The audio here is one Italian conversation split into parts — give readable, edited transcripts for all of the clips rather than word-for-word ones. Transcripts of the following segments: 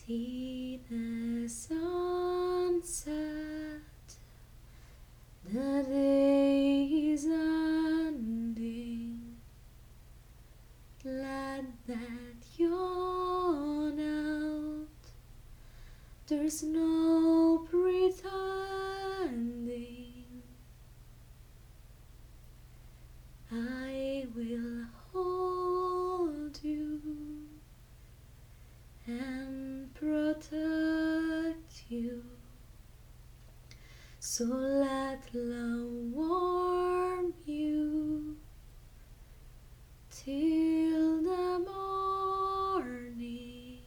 See the sunset, the day is ending. Glad that you're out. There's no pretending. I will hold you and protect you. So let love warm you till the morning.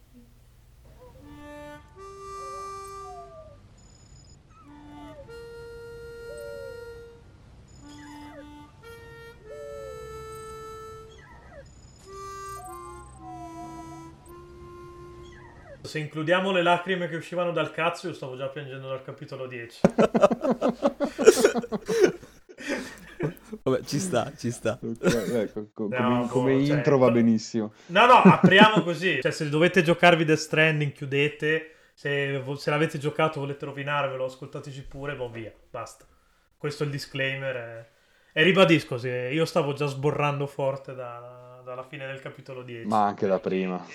Se includiamo le lacrime che uscivano dal cazzo, io stavo già piangendo dal capitolo 10. Vabbè, ci sta, ci sta. Ecco, No, come cioè, intro va benissimo. No, apriamo così. Cioè, se dovete giocarvi Death Stranding, chiudete. Se l'avete giocato, volete rovinarvelo, ascoltateci pure, boh, via, basta. Questo è il disclaimer. E ribadisco, io stavo già sborrando forte dalla fine del capitolo 10. Ma anche da prima.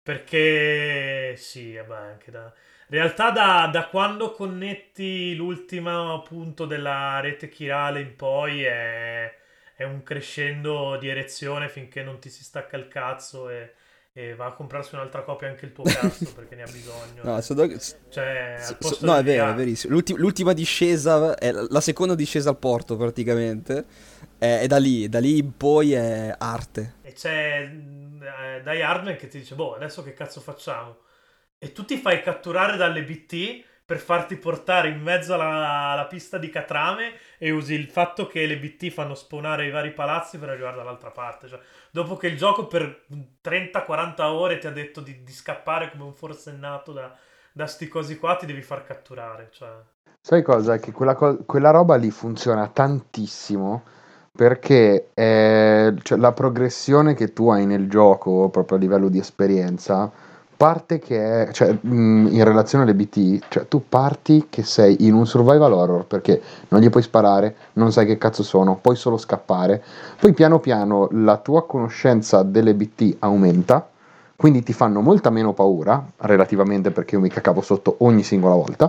Perché sì, vabbè, anche in realtà da quando connetti l'ultimo punto della rete chirale in poi è un crescendo di erezione finché non ti si stacca il cazzo e va a comprarsi un'altra copia anche il tuo cazzo perché ne ha bisogno. No, Cioè, al posto no, del è verissimo. L'ultima discesa, è la seconda discesa al porto praticamente, è da lì in poi è arte. E c'è Die Hardman che ti dice, boh, adesso che cazzo facciamo? E tu ti fai catturare dalle BT per farti portare in mezzo alla pista di Catrame e usi il fatto che le BT fanno spawnare i vari palazzi per arrivare dall'altra parte. Cioè, dopo che il gioco per 30-40 ore ti ha detto di scappare come un forsennato da sti cosi qua, ti devi far catturare. Cioè. Sai cosa? Che quella roba lì funziona tantissimo perché cioè, la progressione che tu hai nel gioco, proprio a livello di esperienza, parte che è, cioè, in relazione alle BT, cioè tu parti che sei in un survival horror perché non gli puoi sparare, non sai che cazzo sono, puoi solo scappare, poi piano piano la tua conoscenza delle BT aumenta, quindi ti fanno molta meno paura, relativamente perché io mi cacavo sotto ogni singola volta,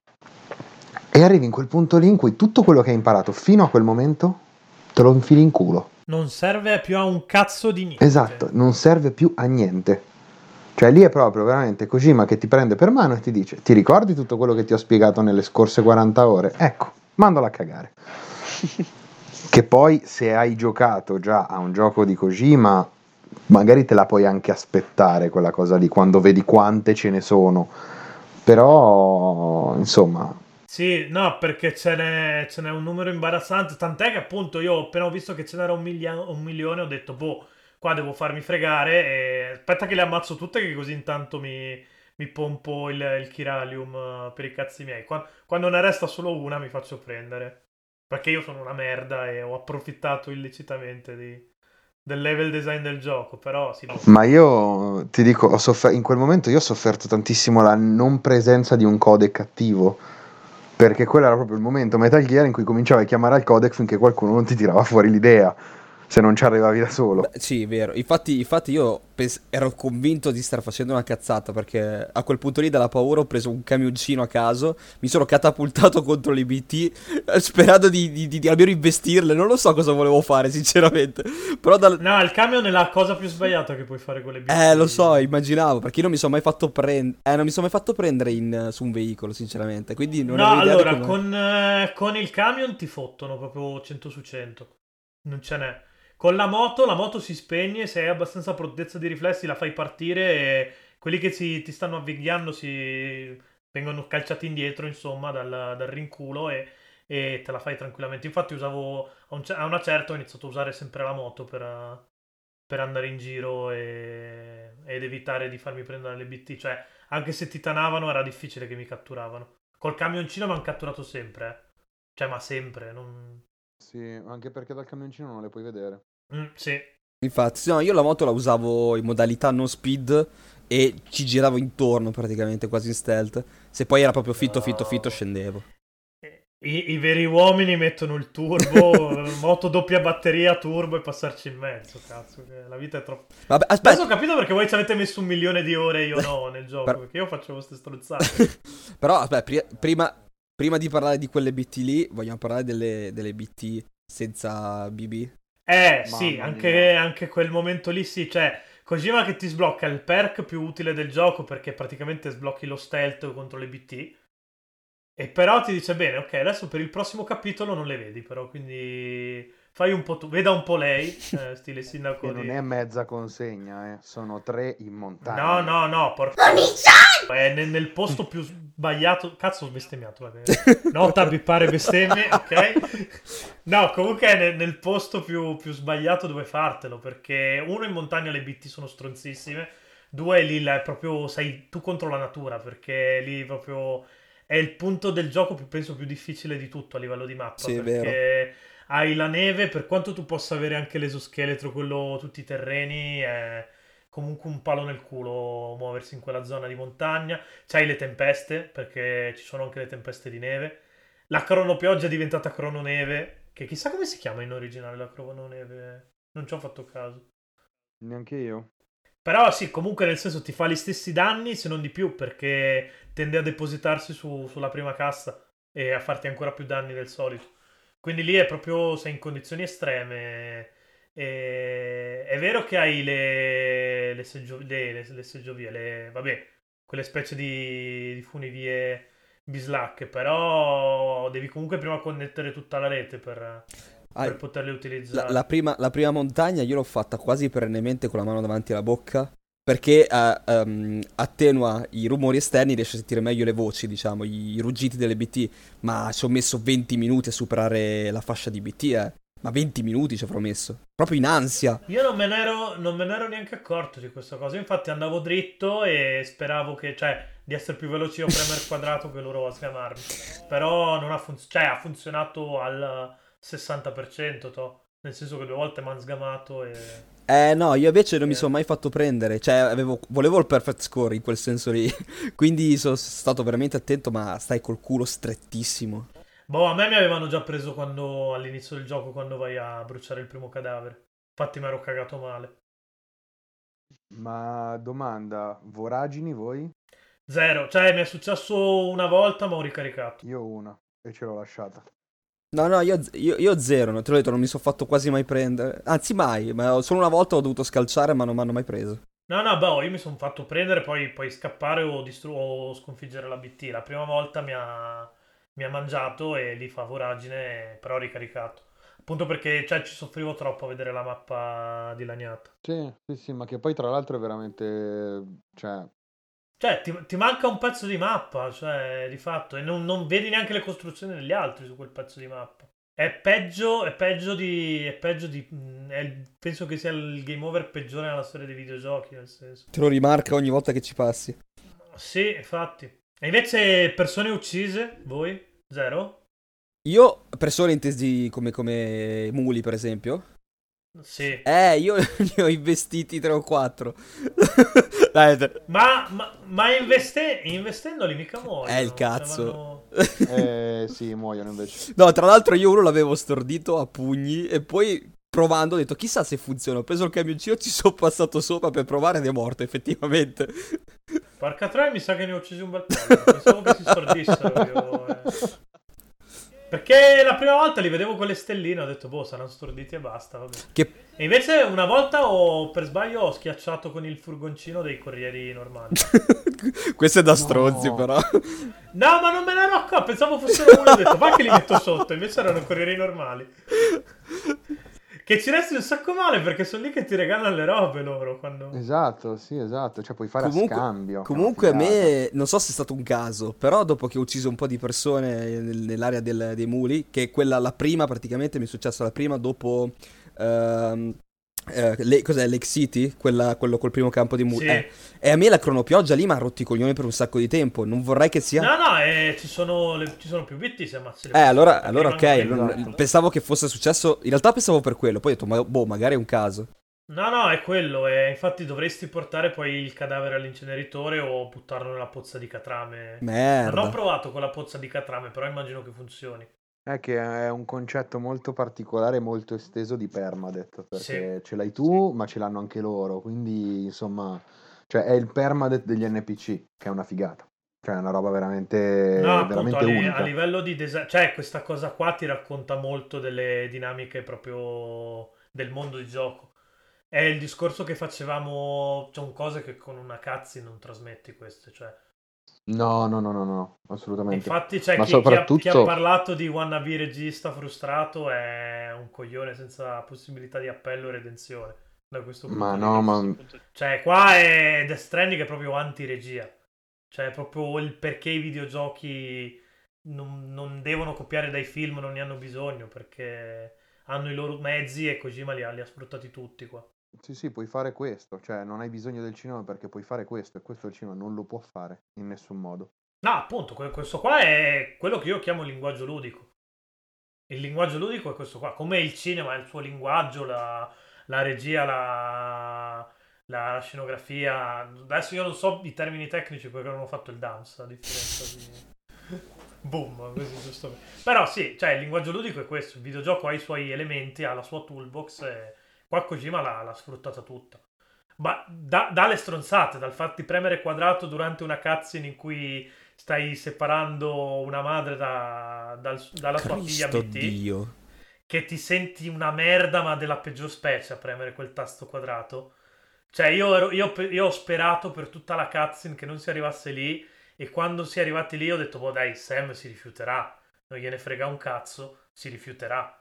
e arrivi in quel punto lì in cui tutto quello che hai imparato fino a quel momento te lo infili in culo. Non serve più a un cazzo di niente. Esatto, non serve più a niente. Cioè lì è proprio veramente Kojima che ti prende per mano e ti dice: ti ricordi tutto quello che ti ho spiegato nelle scorse 40 ore? Ecco, mandalo a cagare. Che poi se hai giocato già a un gioco di Kojima, magari te la puoi anche aspettare quella cosa lì, quando vedi quante ce ne sono. Però, insomma, Sì, no, perché ce n'è un numero imbarazzante, tant'è che appunto io appena ho visto che ce n'era un milione ho detto, boh, qua devo farmi fregare e aspetta che le ammazzo tutte che così intanto mi pompo il Chiralium per i cazzi miei. Quando ne resta solo una mi faccio prendere, perché io sono una merda e ho approfittato illecitamente del level design del gioco, però sì, boh. ma io ti dico, in quel momento io ho sofferto tantissimo la non presenza di un codec attivo, perché quello era proprio il momento Metal Gear in cui cominciavi a chiamare al codec finché qualcuno non ti tirava fuori l'idea, se non ci arrivavi da Beh, solo. sì, vero. Infatti io ero convinto di star facendo una cazzata perché a quel punto lì dalla paura ho preso un camioncino a caso, mi sono catapultato contro le BT sperando di almeno investirle. Non lo so cosa volevo fare, sinceramente. Però No, il camion è la cosa più sbagliata che puoi fare con le lo so, BT. immaginavo, perché io non mi sono mai fatto prendere. Non mi sono mai fatto prendere su un veicolo, sinceramente. Quindi non No, avevo idea di allora, come. con il camion ti fottono proprio 100 su 100. Non ce n'è. Con la moto si spegne, se hai abbastanza prontezza di riflessi la fai partire e quelli che ti stanno avvinghiando vengono calciati indietro, insomma, dal rinculo e te la fai tranquillamente. Infatti usavo, a una certa ho iniziato a usare sempre la moto per andare in giro ed evitare di farmi prendere le BT. Cioè, anche se titanavano era difficile che mi catturavano. Col camioncino mi hanno catturato sempre. Cioè, ma sempre. Non. Sì, anche perché dal camioncino non le puoi vedere. Sì. Infatti, sì, no, io la moto la usavo in modalità no speed e ci giravo intorno praticamente, quasi in stealth. Se poi era proprio fitto, No. scendevo. I veri uomini mettono il turbo, moto doppia batteria, turbo e passarci in mezzo, cazzo, che la vita è troppo... Vabbè, Adesso ho aspetta. capito perché voi ci avete messo 1 milione di ore e io no nel gioco, Per- perché io facevo queste strozzate. Però, aspetta, prima di parlare di quelle BT lì, vogliamo parlare delle BT senza BB? Sì, Mamma anche, mia. anche quel momento lì sì, cioè Kojima che ti sblocca il perk più utile del gioco perché praticamente sblocchi lo stealth contro le BT. E però ti dice bene, ok, adesso per il prossimo capitolo non le vedi, però quindi fai un po' tu, veda un po' lei, stile E sindaco non di... è mezza consegna, sono 3 in No, montagna. no, no, porca... È nel posto più sbagliato... Cazzo, ho bestemmiato. Nota, bippare bestemmie, ok? No, comunque è nel posto più sbagliato dove fartelo, perché uno in montagna le BT sono stronzissime, due lì è proprio, sei tu contro la natura, perché lì proprio è il punto del gioco penso più difficile di tutto a livello di mappa, Sì, è vero. perché hai la neve, per quanto tu possa avere anche l'esoscheletro, quello, tutti i terreni, è comunque un palo nel culo muoversi in quella zona di montagna. C'hai le tempeste, perché ci sono anche le tempeste di neve. La cronopioggia è diventata crononeve, che chissà come si chiama in originale la crononeve. Non ci ho fatto caso. Neanche io. Però sì, comunque nel senso ti fa gli stessi danni, se non di più, perché tende a depositarsi sulla prima cassa e a farti ancora più danni del solito. Quindi lì è proprio, sei in condizioni estreme. È vero che hai le seggiovie, vabbè, quelle specie di funivie bislacche, però devi comunque prima connettere tutta la rete per Ah, poterle La, la utilizzare. prima, la prima montagna io l'ho fatta quasi perennemente con la mano davanti alla bocca perché attenua i rumori esterni, riesce a sentire meglio le voci, diciamo, i ruggiti delle BT. Ma ci ho messo 20 minuti a superare la fascia di BT, eh. Ma 20 minuti ci avrò messo. Proprio in ansia. Io non me ne ero neanche accorto di questa cosa. Infatti andavo dritto e speravo cioè, di essere più veloce io a premere quadrato che loro a sgamarmi. Però non ha cioè, ha funzionato al 60%, nel senso che 2 volte mi hanno sgamato No, io invece non mi e- sono mai fatto prendere. Cioè, volevo il perfect score in quel senso lì. Quindi sono stato veramente attento, ma stai col culo strettissimo. Boh, a me mi avevano già preso all'inizio del gioco quando vai a bruciare il primo cadavere. Infatti mi ero cagato male. Ma domanda, voragini voi? Zero, cioè mi è successo una volta ma ho ricaricato. Io una e ce l'ho lasciata. No, no, io zero, te l'ho detto, non mi sono fatto quasi mai prendere. Anzi, mai, ma solo una volta ho dovuto scalciare, ma non mi hanno mai preso. No, no, boh, io mi sono fatto prendere, poi scappare o sconfiggere la BT. La prima volta mi ha mangiato e lì fa voragine, però ho ricaricato. Appunto perché cioè, ci soffrivo troppo a vedere la mappa dilaniata. Sì, sì, sì, ma che poi tra l'altro è veramente, cioè, Cioè, ti manca un pezzo di mappa, cioè, di fatto, e non vedi neanche le costruzioni degli altri su quel pezzo di mappa. Penso che sia il game over peggiore nella storia dei videogiochi, nel senso. Te lo rimarca ogni volta che ci passi. Sì, infatti. E invece persone uccise, voi? Zero? Io, persone intesi come muli, per esempio. Sì. Io ne ho investiti 3 o 4. Dai, Ma investendoli mica è il muoiono. Cioè cazzo. vanno... sì, muoiono invece. No, tra l'altro io uno l'avevo stordito a pugni e poi provando ho detto chissà se funziona. Ho preso il camioncino, ci sono passato sopra per provare ed è morto effettivamente. Porca troia, mi sa che ne ho uccisi un bel po'. Pensavo che si stordissero io. Perché la prima volta li vedevo con le stelline, ho detto, boh, saranno storditi e basta, vabbè. Che E invece una volta per sbaglio ho schiacciato con il furgoncino dei corrieri normali. questo è da stronzi No. però. No, ma non me ne ero accorto, pensavo fossero uno, ho detto, va che li metto sotto, invece erano corrieri normali. Che ci resti un sacco male perché sono lì che ti regalano le robe loro quando... Esatto, sì, esatto, cioè puoi fare a Comunque, scambio, che è una comunque a figata. me, non so se è stato un caso, però dopo che ho ucciso un po' di persone nell'area dei muli, che è quella la prima praticamente, mi è successa la prima dopo... ehm, cos'è? Lake City? Quello col primo campo di muli. Sì. E a me la cronopioggia lì mi ha rotto i coglioni per un sacco di tempo. Non vorrei che sia... No, no, ci sono più BT se ammazzi le allora, persone, perché allora ok, rimangono lì. Esatto. pensavo che fosse successo... In realtà pensavo per quello, poi ho detto, ma boh, magari è un caso. No, è quello. Infatti dovresti portare poi il cadavere all'inceneritore o buttarlo nella pozza di catrame. Non ho Merda. provato con la pozza di catrame, però immagino che funzioni. È che è un concetto molto particolare e molto esteso di permadeath, Sì. perché ce l'hai tu, ma ce l'hanno anche loro, quindi insomma, cioè è il permadeath degli NPC, che è una figata, cioè è una roba No, veramente, appunto, veramente a unica. livello di design, cioè questa cosa qua ti racconta molto delle dinamiche proprio del mondo di gioco. È il discorso che facevamo, cioè un cose che con una cazzi non trasmetti queste, cioè. No, no, no, no, no, assolutamente. Infatti c'è Ma chi ha soprattutto, parlato di wannabe regista frustrato è un coglione senza possibilità di appello e redenzione da questo ma punto di no, ma vista. Cioè, qua è Death Stranding è proprio anti-regia. Cioè, è proprio il perché i videogiochi non devono copiare dai film, non ne hanno bisogno, perché hanno i loro mezzi e Kojima li ha sfruttati tutti qua. sì, sì, puoi fare questo, cioè non hai bisogno del cinema perché puoi fare questo e questo il cinema non lo può fare in nessun modo. No, appunto, questo qua è quello che io chiamo linguaggio ludico. Il linguaggio ludico è questo qua, come il cinema ha il suo linguaggio, la regia, la scenografia. Adesso io non so i termini tecnici perché non ho fatto il dance, a differenza di... Boom, così giusto. Però sì, cioè il linguaggio ludico è questo, il videogioco ha i suoi elementi, ha la sua toolbox e qua Kojima l'ha sfruttata tutta. Ma dalle stronzate, dal farti premere quadrato durante una cutscene in cui stai separando una madre dalla sua figlia Cristo BT, Dio. che ti senti una merda, ma della peggior specie a premere quel tasto quadrato. Cioè, io ho sperato per tutta la cutscene che non si arrivasse lì, e quando si è arrivati lì ho detto, boh, dai, Sam si rifiuterà, non gliene frega un cazzo, si rifiuterà.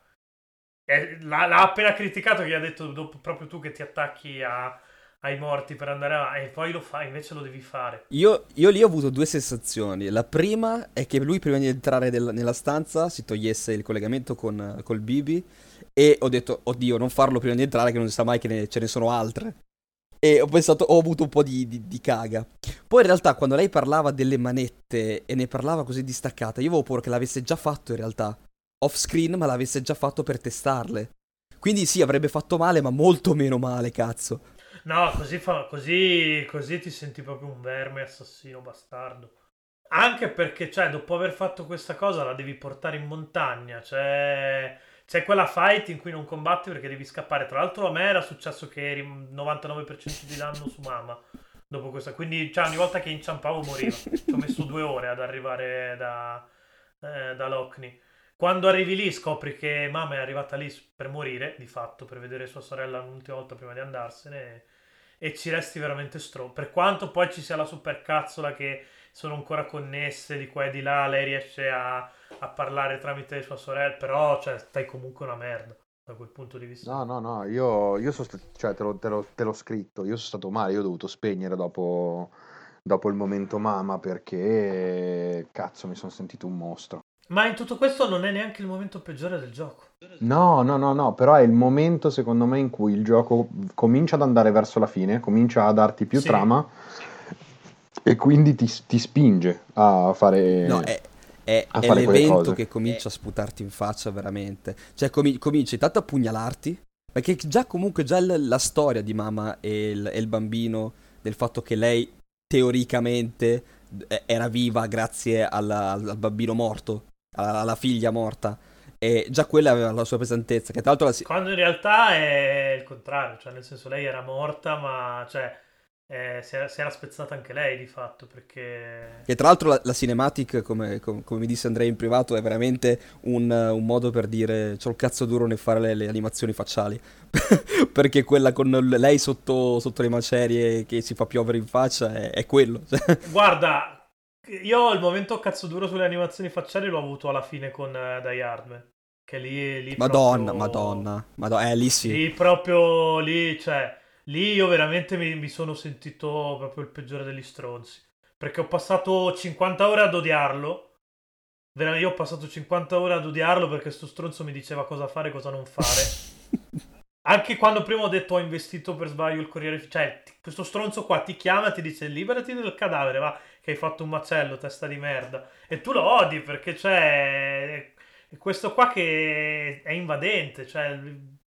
L'ha appena criticato che gli ha detto proprio tu che ti attacchi ai morti per andare avanti, e poi lo fai, invece lo devi fare. Io lì ho avuto due sensazioni. La prima è che lui prima di entrare nella stanza si togliesse il collegamento col Bibi e ho detto, oddio, non farlo prima di entrare che non si sa mai che ce ne sono altre. E ho pensato, ho avuto un po' di caga. Poi in realtà quando lei parlava delle manette e ne parlava così distaccata, io avevo paura che l'avesse già fatto in realtà. Off screen, ma l'avesse già fatto per testarle. Quindi sì, avrebbe fatto male, ma molto meno male, cazzo. No, così ti senti proprio un verme assassino bastardo. Anche perché, cioè, dopo aver fatto questa cosa la devi portare in montagna. C'è quella fight in cui non combatti perché devi scappare. Tra l'altro a me era successo che eri 99% di danno su Mama dopo questa. Quindi, cioè, ogni volta che inciampavo moriva. Ci ho messo 2 ore ad arrivare da Lockney. Quando arrivi lì scopri che Mama è arrivata lì per morire, di fatto, per vedere sua sorella l'ultima volta prima di andarsene. E ci resti veramente per quanto poi ci sia la supercazzola che sono ancora connesse di qua e di là, lei riesce a parlare tramite sua sorella, però cioè, stai comunque una merda da quel punto di vista lì. No, no, no, io sono cioè, te l'ho scritto, io sono stato male, io ho dovuto spegnere dopo il momento mama perché cazzo mi sono sentito un mostro. Ma in tutto questo non è neanche il momento peggiore del gioco. No, no, no, no, però è il momento secondo me in cui il gioco comincia ad andare verso la fine, comincia a darti più Sì, trama e quindi ti spinge a No, fare, a è fare quelle l'evento cose. che comincia a sputarti in faccia veramente. Cioè, cominci intanto a pugnalarti. Perché già comunque già la storia di mamma e il bambino, del fatto che lei teoricamente era viva grazie al bambino morto, alla figlia morta. E già quella aveva la sua pesantezza. Che tra l'altro quando in realtà è il contrario, cioè nel senso lei era morta, ma cioè, si era spezzata anche lei di fatto, perché... Che tra l'altro la cinematic, come mi disse Andrea in privato, è veramente un modo per dire c'ho il cazzo duro nel fare le animazioni facciali. Perché quella con lei sotto le macerie che si fa piovere in faccia è quello. Guarda, io il momento cazzo duro sulle animazioni facciali l'ho avuto alla fine con Die Hardman, che lì Madonna, proprio... Madonna, Madonna, lì sì. Lì proprio, lì, cioè, lì io veramente mi sono sentito proprio il peggiore degli stronzi. Perché ho passato 50 ore ad odiarlo. Io ho passato 50 ore ad odiarlo perché sto stronzo mi diceva cosa fare e cosa non fare. Anche quando prima ho detto ho investito per sbaglio il corriere, cioè questo stronzo qua ti chiama e ti dice liberati del cadavere, va, che hai fatto un macello, testa di merda. E tu lo odi perché c'è questo qua che è invadente, cioè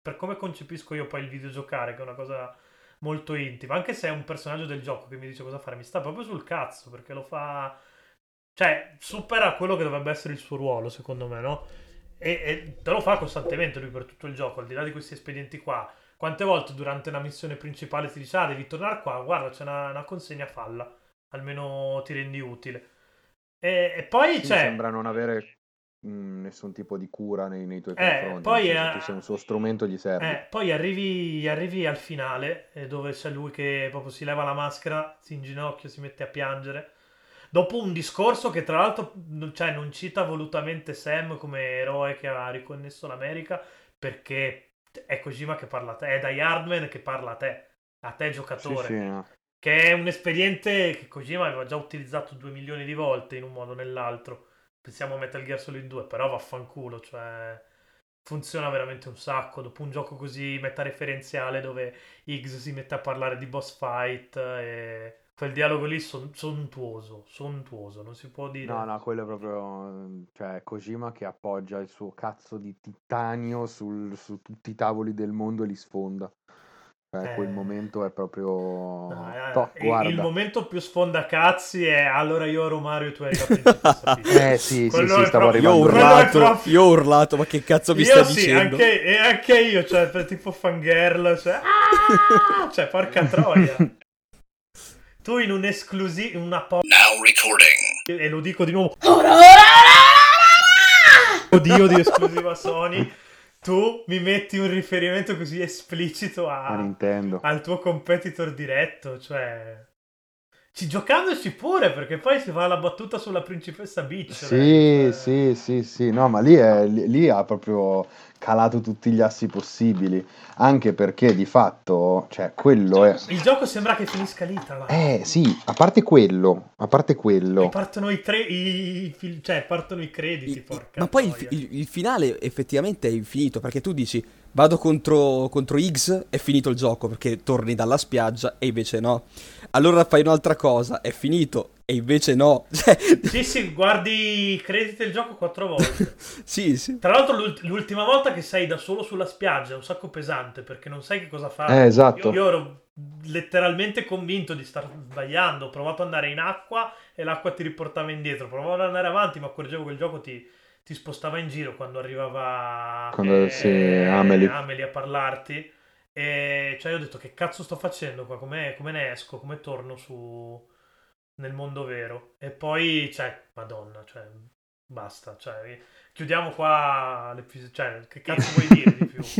per come concepisco io poi il videogiocare, che è una cosa molto intima, anche se è un personaggio del gioco che mi dice cosa fare, mi sta proprio sul cazzo, perché lo fa... Cioè, supera quello che dovrebbe essere il suo ruolo, secondo me, no? E te lo fa costantemente lui per tutto il gioco, al di là di questi espedienti qua. Quante volte durante una missione principale ti dice, ah, devi tornare qua, guarda, c'è una consegna, falla. Almeno ti rendi utile. E poi Sì, c'è... sembra non avere nessun tipo di cura nei tuoi confronti, poi nel senso, tu sei un suo strumento, gli servi. poi arrivi al finale, dove c'è lui che proprio si leva la maschera, si inginocchia, si mette a piangere. Dopo un discorso che tra l'altro cioè, non cita volutamente Sam come eroe che ha riconnesso l'America, perché è Kojima che parla a te, è Die Hardman che parla a te Sì, giocatore, sì, no. che è un espediente che Kojima aveva già utilizzato 2 milioni di volte in un modo o nell'altro. Pensiamo a Metal Gear Solid 2, però vaffanculo, cioè funziona veramente un sacco. Dopo un gioco così metareferenziale dove Higgs si mette a parlare di boss fight e quel dialogo lì sontuoso, non si può dire. No, quello è proprio, cioè, Kojima che appoggia il suo cazzo di titanio su tutti i tavoli del mondo e li sfonda. Cioè, quel momento è proprio... No, Toh, il guarda. momento più sfondacazzi è allora io ero Mario e tu eri la principessa Peach. Sì, Quello sì, è stavo proprio- Io ho arrivando. quello è urlato, proprio- io ho urlato, ma che cazzo mi Io stai sì, dicendo? anche io, cioè, per tipo fangirl, cioè, cioè, porca troia. Tu in una Now recording. e lo dico di nuovo, odio di esclusiva Sony, tu mi metti un riferimento così esplicito A Nintendo. al tuo competitor diretto, cioè... Giocandoci pure, perché poi si fa la battuta sulla principessa Peach. Sì, cioè... sì, no, ma lì ha proprio calato tutti gli assi possibili, anche perché di fatto, cioè, quello è... Il gioco sembra che finisca lì, tra l'altro. Sì, a parte quello, E partono cioè partono i crediti, porca Ma poi troia. il finale effettivamente è infinito, perché tu dici vado contro X, è finito il gioco perché torni dalla spiaggia e invece no. Allora fai un'altra cosa, è finito e invece no. Cioè, Sì, guardi i crediti del gioco 4 volte. sì, sì. Tra l'altro l'ultima volta che sei da solo sulla spiaggia è un sacco pesante perché non sai che cosa fare. Esatto. Io ero letteralmente convinto di star sbagliando. Ho provato ad andare in acqua e l'acqua ti riportava indietro. Provavo ad andare avanti, ma accorgevo che il gioco ti spostava in giro quando arrivava Sì, Amelie. A parlarti. E cioè io ho detto che cazzo sto facendo qua? Come ne esco? Come torno su nel mondo vero? E poi, cioè, madonna, cioè, basta, cioè, chiudiamo qua l'episodio, cioè, che cazzo vuoi dire di più?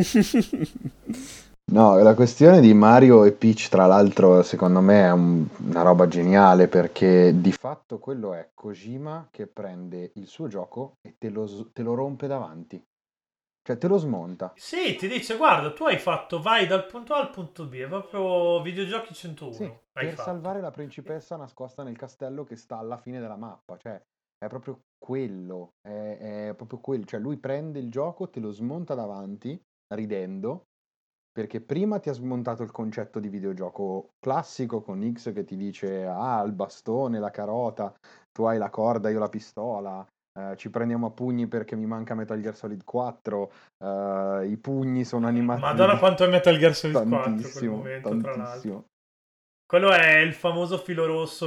No, la questione di Mario e Peach, tra l'altro, secondo me è una roba geniale, perché di fatto quello è Kojima che prende il suo gioco e te lo rompe davanti. Cioè, te lo smonta. Sì, ti dice, guarda, tu hai fatto, vai dal punto A al punto B, è proprio videogiochi 101. Sì, hai per fatto. salvare la principessa nascosta nel castello che sta alla fine della mappa. Cioè, è proprio quello. È proprio quello. Cioè, lui prende il gioco, te lo smonta davanti, ridendo, perché prima ti ha smontato il concetto di videogioco classico con X che ti dice, ah, il bastone, la carota, tu hai la corda, io la pistola, ci prendiamo a pugni perché mi manca Metal Gear Solid 4, i pugni sono animati... Madonna quanto è Metal Gear Solid 4 quel Tantissimo, momento, tra l'altro. tantissimo. Quello è il famoso filo rosso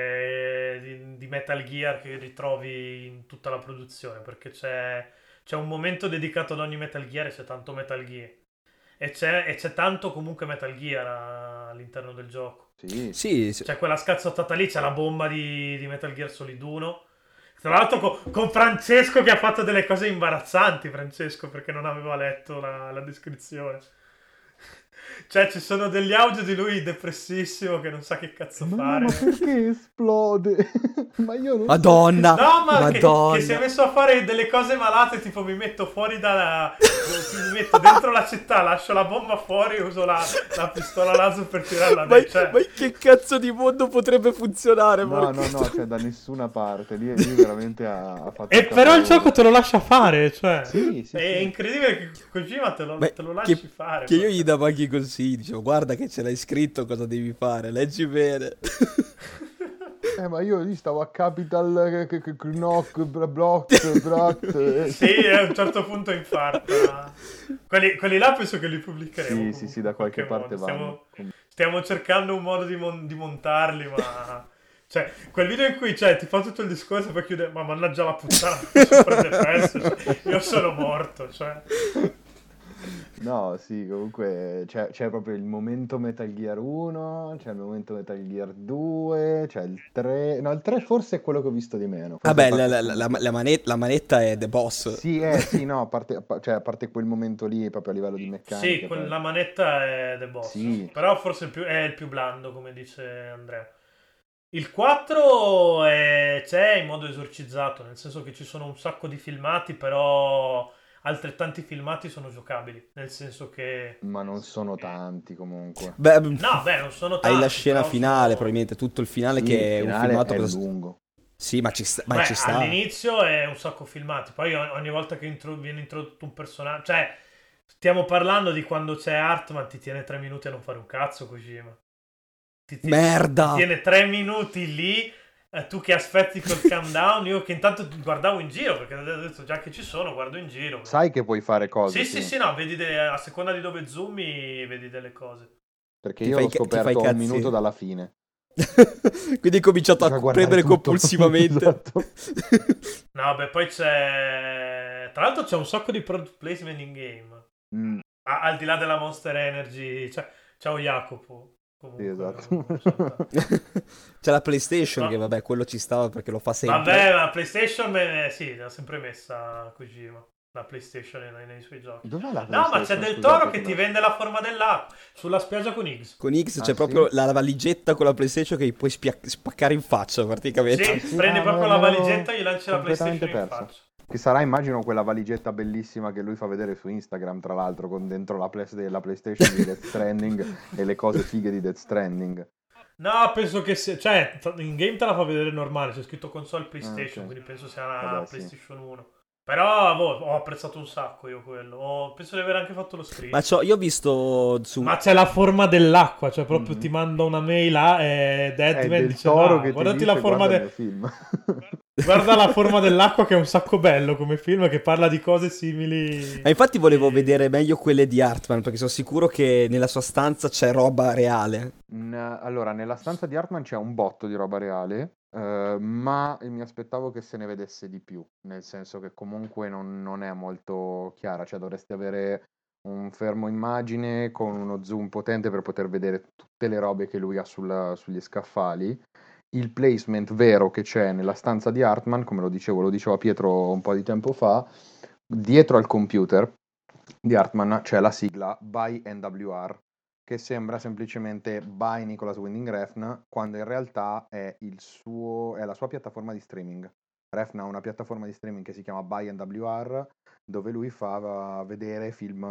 di Metal Gear che ritrovi in tutta la produzione, perché c'è un momento dedicato ad ogni Metal Gear e c'è tanto Metal Gear. E c'è tanto comunque Metal Gear all'interno del gioco. Sì, Sì, sì. C'è quella scazzottata lì, c'è la bomba di Metal Gear Solid 1. Tra l'altro con Francesco che ha fatto delle cose imbarazzanti, Francesco, perché non aveva letto la descrizione. Cioè, ci sono degli audio di lui depressissimo che non sa che cazzo fare. ma perché esplode? Ma io non Madonna, No, ma Madonna. che si è messo a fare delle cose malate, tipo mi metto fuori mi metto dentro la città, lascio la bomba fuori e uso la pistola laser per tirarla Ma, cioè, ma in che cazzo di mondo potrebbe funzionare? No, cioè da nessuna parte. Lì veramente ha fatto... E però il gioco te lo lascia fare, cioè. Sì, È sì. incredibile che Kojima te lo lasci fare. Che io gli davo anche i consigli, dicevo guarda che ce l'hai scritto cosa devi fare, leggi bene. Ma io lì stavo a Capital Knock Block Brat. Sì, a un certo punto infarta. Quelli là penso che li pubblicheremo. Sì, da qualche parte vanno. Stiamo cercando un modo di montarli, ma... Cioè, quel video in cui ti fa tutto il discorso e poi chiude, ma mannaggia la puttana, super depresso, io sono morto, cioè... No, sì, comunque c'è proprio il momento Metal Gear 1, c'è il momento Metal Gear 2, c'è il 3... No, il 3 forse è quello che ho visto di meno. Vabbè, la manetta è the boss. Sì, no, a parte quel momento lì, proprio a livello di meccanica. Sì, la manetta è the boss, sì. Però forse è il più blando, come dice Andrea. Il 4 c'è in modo esorcizzato, nel senso che ci sono un sacco di filmati, però altrettanti filmati sono giocabili, nel senso che... Ma non sono tanti comunque. No, non sono tanti. Hai la scena finale, probabilmente, tutto il finale che è un filmato è lungo. Sì, ma ci sta. All'inizio è un sacco filmati, poi ogni volta che viene introdotto un personaggio... Cioè, stiamo parlando di quando c'è Hartman, ti tiene 3 minuti a non fare un cazzo, Kojima. Merda! Ti tiene 3 minuti lì, tu che aspetti col countdown, io che intanto guardavo in giro, perché ho detto già che ci sono, guardo in giro. Sai che puoi fare cose. Sì, no, vedi a seconda di dove zoomi, vedi delle cose. Perché io l'ho scoperto un minuto dalla fine. Quindi hai cominciato a premere compulsivamente. Esatto. No, poi c'è... Tra l'altro c'è un sacco di product placement in game. Al di là della Monster Energy. Ciao Jacopo. Comunque, sì, esatto. C'è la PlayStation che vabbè, quello ci stava perché lo fa sempre. Vabbè, la PlayStation sì, l'ha sempre messa Kojima. La PlayStation nei suoi giochi. Dov'è la No, ma c'è Del Toro che ti vende la forma dell'acqua sulla spiaggia con X. Con X c'è proprio la valigetta con la PlayStation che gli puoi spaccare in faccia praticamente. Sì, prendi proprio la valigetta e gli lanci la PlayStation in faccia. Che sarà, immagino, quella valigetta bellissima che lui fa vedere su Instagram, tra l'altro, con dentro la PlayStation di Death Stranding e le cose fighe di Death Stranding. No, penso che cioè, in game te la fa vedere normale, c'è scritto console PlayStation, quindi penso sia una PlayStation 1. Però ho apprezzato un sacco io quello. Penso di aver anche fatto lo screen. Ma io ho visto Ma c'è la forma dell'acqua, cioè proprio ti manda una mail e Deadman dice guardati la forma del film. Guarda la forma dell'acqua che è un sacco bello come film che parla di cose simili. Ma infatti volevo vedere meglio quelle di Hartman perché sono sicuro che nella sua stanza c'è roba reale. Allora, nella stanza di Hartman c'è un botto di roba reale. Ma mi aspettavo che se ne vedesse di più, nel senso che comunque non è molto chiara, cioè dovresti avere un fermo immagine con uno zoom potente per poter vedere tutte le robe che lui ha sugli scaffali. Il placement vero che c'è nella stanza di Hartman, come lo diceva Pietro un po' di tempo fa, dietro al computer di Hartman c'è la sigla by NWR, che sembra semplicemente by Nicholas Winding Refn, quando in realtà è la sua piattaforma di streaming. Refn ha una piattaforma di streaming che si chiama by NWR, dove lui fa vedere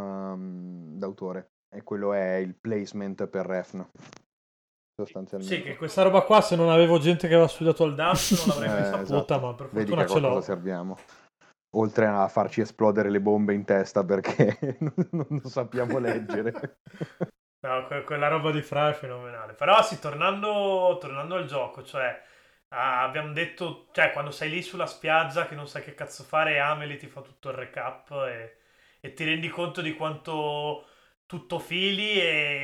film d'autore, e quello è il placement per Refn, sostanzialmente. Sì, che questa roba qua, se non avevo gente che aveva studiato al DAMS non l'avrei mai saputa, esatto. Ma per fortuna ce l'ho. Cosa serviamo. Oltre a farci esplodere le bombe in testa perché non sappiamo leggere. No, quella roba di Fra è fenomenale. Però sì, tornando al gioco, cioè abbiamo detto, cioè quando sei lì sulla spiaggia che non sai che cazzo fare, Amelie ti fa tutto il recap e ti rendi conto di quanto tutto fili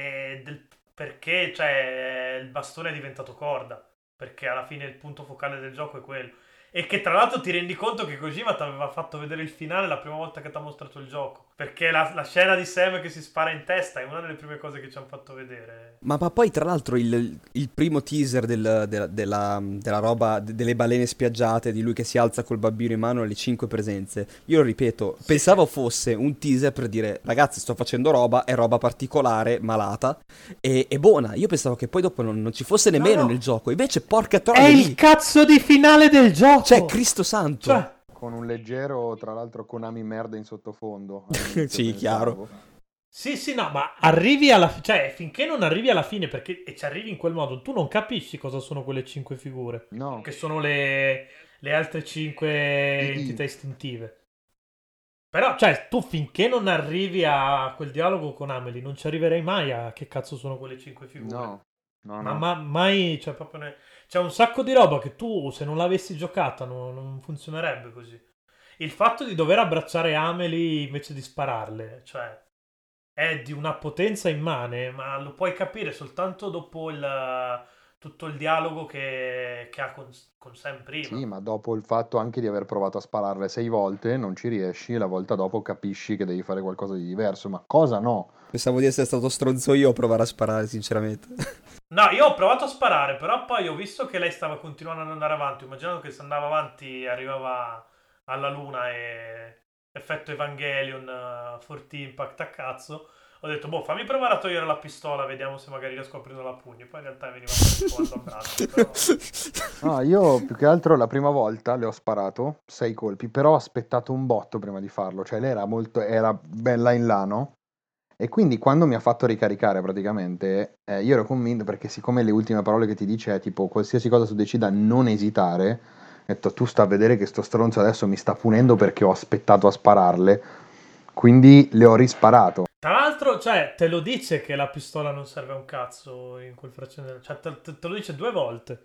e perché cioè, il bastone è diventato corda, perché alla fine il punto focale del gioco è quello. E che tra l'altro ti rendi conto che Kojima ti aveva fatto vedere il finale la prima volta che ti ha mostrato il gioco. Perché la scena di Sam che si spara in testa è una delle prime cose che ci hanno fatto vedere. Ma poi tra l'altro il primo teaser della roba delle balene spiaggiate, di lui che si alza col bambino in mano alle 5 presenze, io lo ripeto, pensavo fosse un teaser per dire ragazzi sto facendo roba, è roba particolare, malata e buona. Io pensavo che poi dopo non ci fosse nemmeno nel gioco, invece porca troia, è il cazzo di finale del gioco, cioè Cristo santo, cioè... Con un leggero, tra l'altro, Konami merda in sottofondo. Sì, chiaro. Sì, no, ma arrivi alla cioè finché non arrivi alla fine, perché ci arrivi in quel modo, tu non capisci cosa sono quelle 5 figure. No. Che sono le altre 5 entità istintive. Però, cioè, tu finché non arrivi a quel dialogo con Amelie, non ci arriverai mai a che cazzo sono quelle 5 figure. No. Ma mai, cioè, proprio c'è un sacco di roba che tu, se non l'avessi giocata, non funzionerebbe così. Il fatto di dover abbracciare Amelie invece di spararle, cioè, è di una potenza immane, ma lo puoi capire soltanto dopo tutto il dialogo che ha con Sam prima. Sì, ma dopo il fatto anche di aver provato a spararle 6 volte, non ci riesci, e la volta dopo capisci che devi fare qualcosa di diverso. Ma cosa no? Pensavo di essere stato stronzo io a provare a sparare, sinceramente. No, io ho provato a sparare, però poi ho visto che lei stava continuando ad andare avanti. Immaginando che se andava avanti arrivava alla luna e effetto Evangelion, Forti Impact a cazzo. Ho detto, boh, fammi provare a togliere la pistola, vediamo se magari riesco a prenderla a pugni. Poi in realtà veniva fuori il comando a braccio, però... No, io più che altro la prima volta le ho sparato 6 colpi, però ho aspettato un botto prima di farlo. Cioè lei era bella in là, no? E quindi quando mi ha fatto ricaricare praticamente, io ero convinto, perché siccome le ultime parole che ti dice è tipo qualsiasi cosa tu decida non esitare, ho detto tu sta a vedere che sto stronzo adesso mi sta punendo perché ho aspettato a spararle, quindi le ho risparato. Tra l'altro, cioè, te lo dice che la pistola non serve a un cazzo in quel frangente. Cioè, te lo dice 2 volte.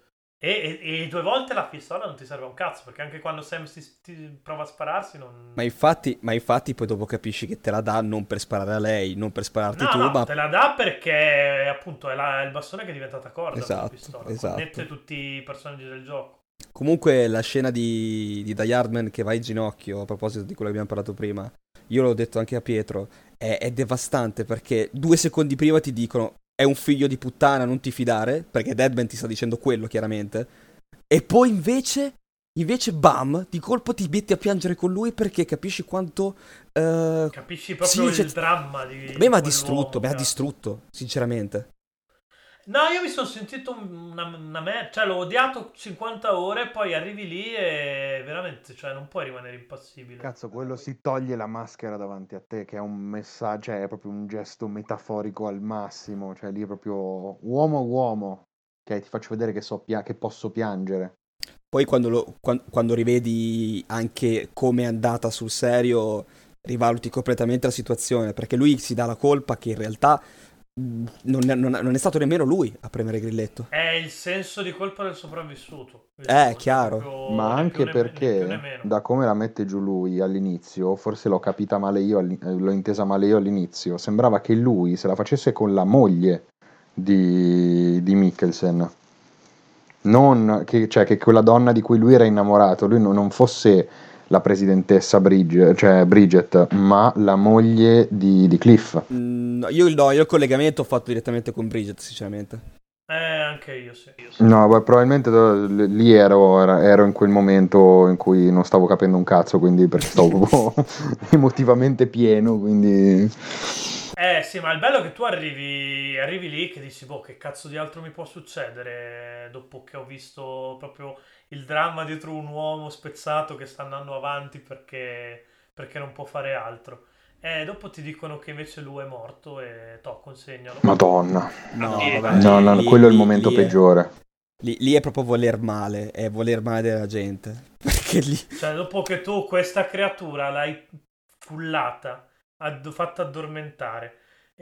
E 2 volte la pistola non ti serve a un cazzo, perché anche quando Sam ti prova a spararsi non... Ma infatti poi dopo capisci che te la dà non per sparare a lei, non per spararti No, tu, no, ma... te la dà perché appunto è il bastone che è diventata corda per la Esatto, pistola. esatto. Connette tutti i personaggi del gioco. Comunque la scena di Die Hardman che va in ginocchio, a proposito di quello che abbiamo parlato prima, io l'ho detto anche a Pietro, è devastante perché 2 secondi prima ti dicono è un figlio di puttana, non ti fidare, perché Deadman ti sta dicendo quello chiaramente, e poi invece bam, di colpo ti metti a piangere con lui perché capisci quanto... Capisci proprio sì, il dramma di a me mi ha quell'uomo, distrutto, mi ha cazzo. distrutto, sinceramente. No, io mi sono sentito cioè l'ho odiato 50 ore, poi arrivi lì e veramente, cioè non puoi rimanere impassibile. Cazzo, quello si toglie la maschera davanti a te, che è un messaggio, cioè è proprio un gesto metaforico al massimo, cioè lì è proprio uomo a uomo, che ti faccio vedere che, che posso piangere. Poi quando rivedi anche come è andata sul serio, rivaluti completamente la situazione, perché lui si dà la colpa che in realtà non è stato nemmeno lui a premere il grilletto. È il senso di colpa del sopravvissuto. Chiaro. Ma Né più anche né più né perché, meno. da come la mette giù lui all'inizio, forse l'ho capita male io, l'ho intesa male io all'inizio, sembrava che lui se la facesse con la moglie di Mikkelsen, non che, cioè, che quella donna di cui lui era innamorato, lui non fosse la presidentessa cioè Bridget, ma la moglie di Cliff. Io il collegamento ho fatto direttamente con Bridget, sinceramente. Anche io sì. No, beh, probabilmente lì ero in quel momento in cui non stavo capendo un cazzo, quindi perché stavo proprio emotivamente pieno, quindi... Sì, ma il bello è che tu arrivi lì che dici, boh, che cazzo di altro mi può succedere dopo che ho visto proprio il dramma dietro un uomo spezzato che sta andando avanti perché non può fare altro. E dopo ti dicono che invece lui è morto e consegnalo. Madonna. No, Sì, vabbè, No, no, quello è il momento lì peggiore. lì è proprio è voler male della gente. Perché lì... Cioè, dopo che tu questa creatura l'hai cullata, fatta addormentare,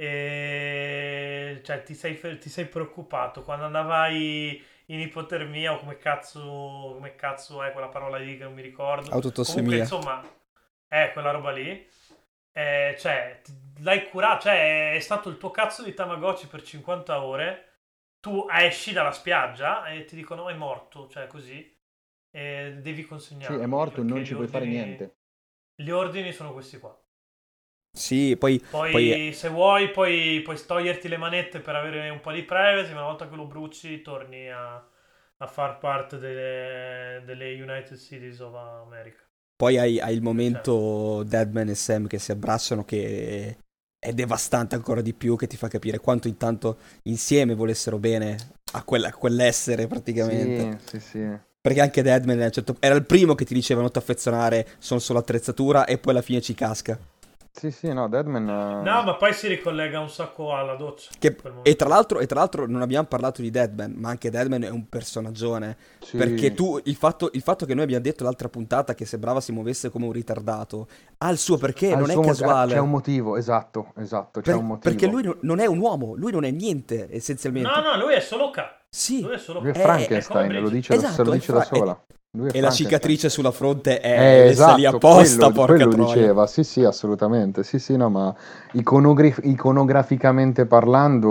e cioè ti sei preoccupato quando andavai in ipotermia o come cazzo è quella parola lì che non mi ricordo. Comunque, Autotossemia. insomma, è quella roba lì. Cioè, l'hai curato, cioè è stato il tuo cazzo di Tamagotchi per 50 ore. Tu esci dalla spiaggia e ti dicono è morto, cioè così. E devi Sì, consegnarlo. è morto, perché non ci puoi fare niente. Gli ordini sono questi qua. Sì, poi Poi, se vuoi, puoi toglierti le manette per avere un po' di privacy, ma una volta che lo bruci, torni a far parte delle United Cities of America. Poi hai il Certo. momento Deadman e Sam che si abbracciano che è devastante ancora di più, che ti fa capire quanto intanto insieme volessero bene a quell'essere praticamente. Sì, sì, sì. Perché anche Deadman era il primo che ti diceva non ti affezionare, sono solo attrezzatura, e poi alla fine ci casca. Sì, sì, no, Deadman... No, ma poi si ricollega un sacco alla doccia. in quel E momento. tra l'altro non abbiamo parlato di Deadman, ma anche Deadman è un personaggione. Perché Sì, il fatto che noi abbiamo detto l'altra puntata che sembrava si muovesse come un ritardato, ha il suo perché, ha il non è suo c'è un casuale. motivo, esatto, esatto, c'è un Perché motivo. lui non è un uomo, lui non è niente, No, essenzialmente. no, lui è solo K. Sì, Lui è solo Lui è K. È come Frankenstein, Bridget. se lo esatto, dice da sola. Lui è e la Frankenstein. cicatrice sulla fronte è messa lì Esatto, apposta, porca quello troia. diceva, sì sì, assolutamente, sì sì, no, ma iconograficamente parlando,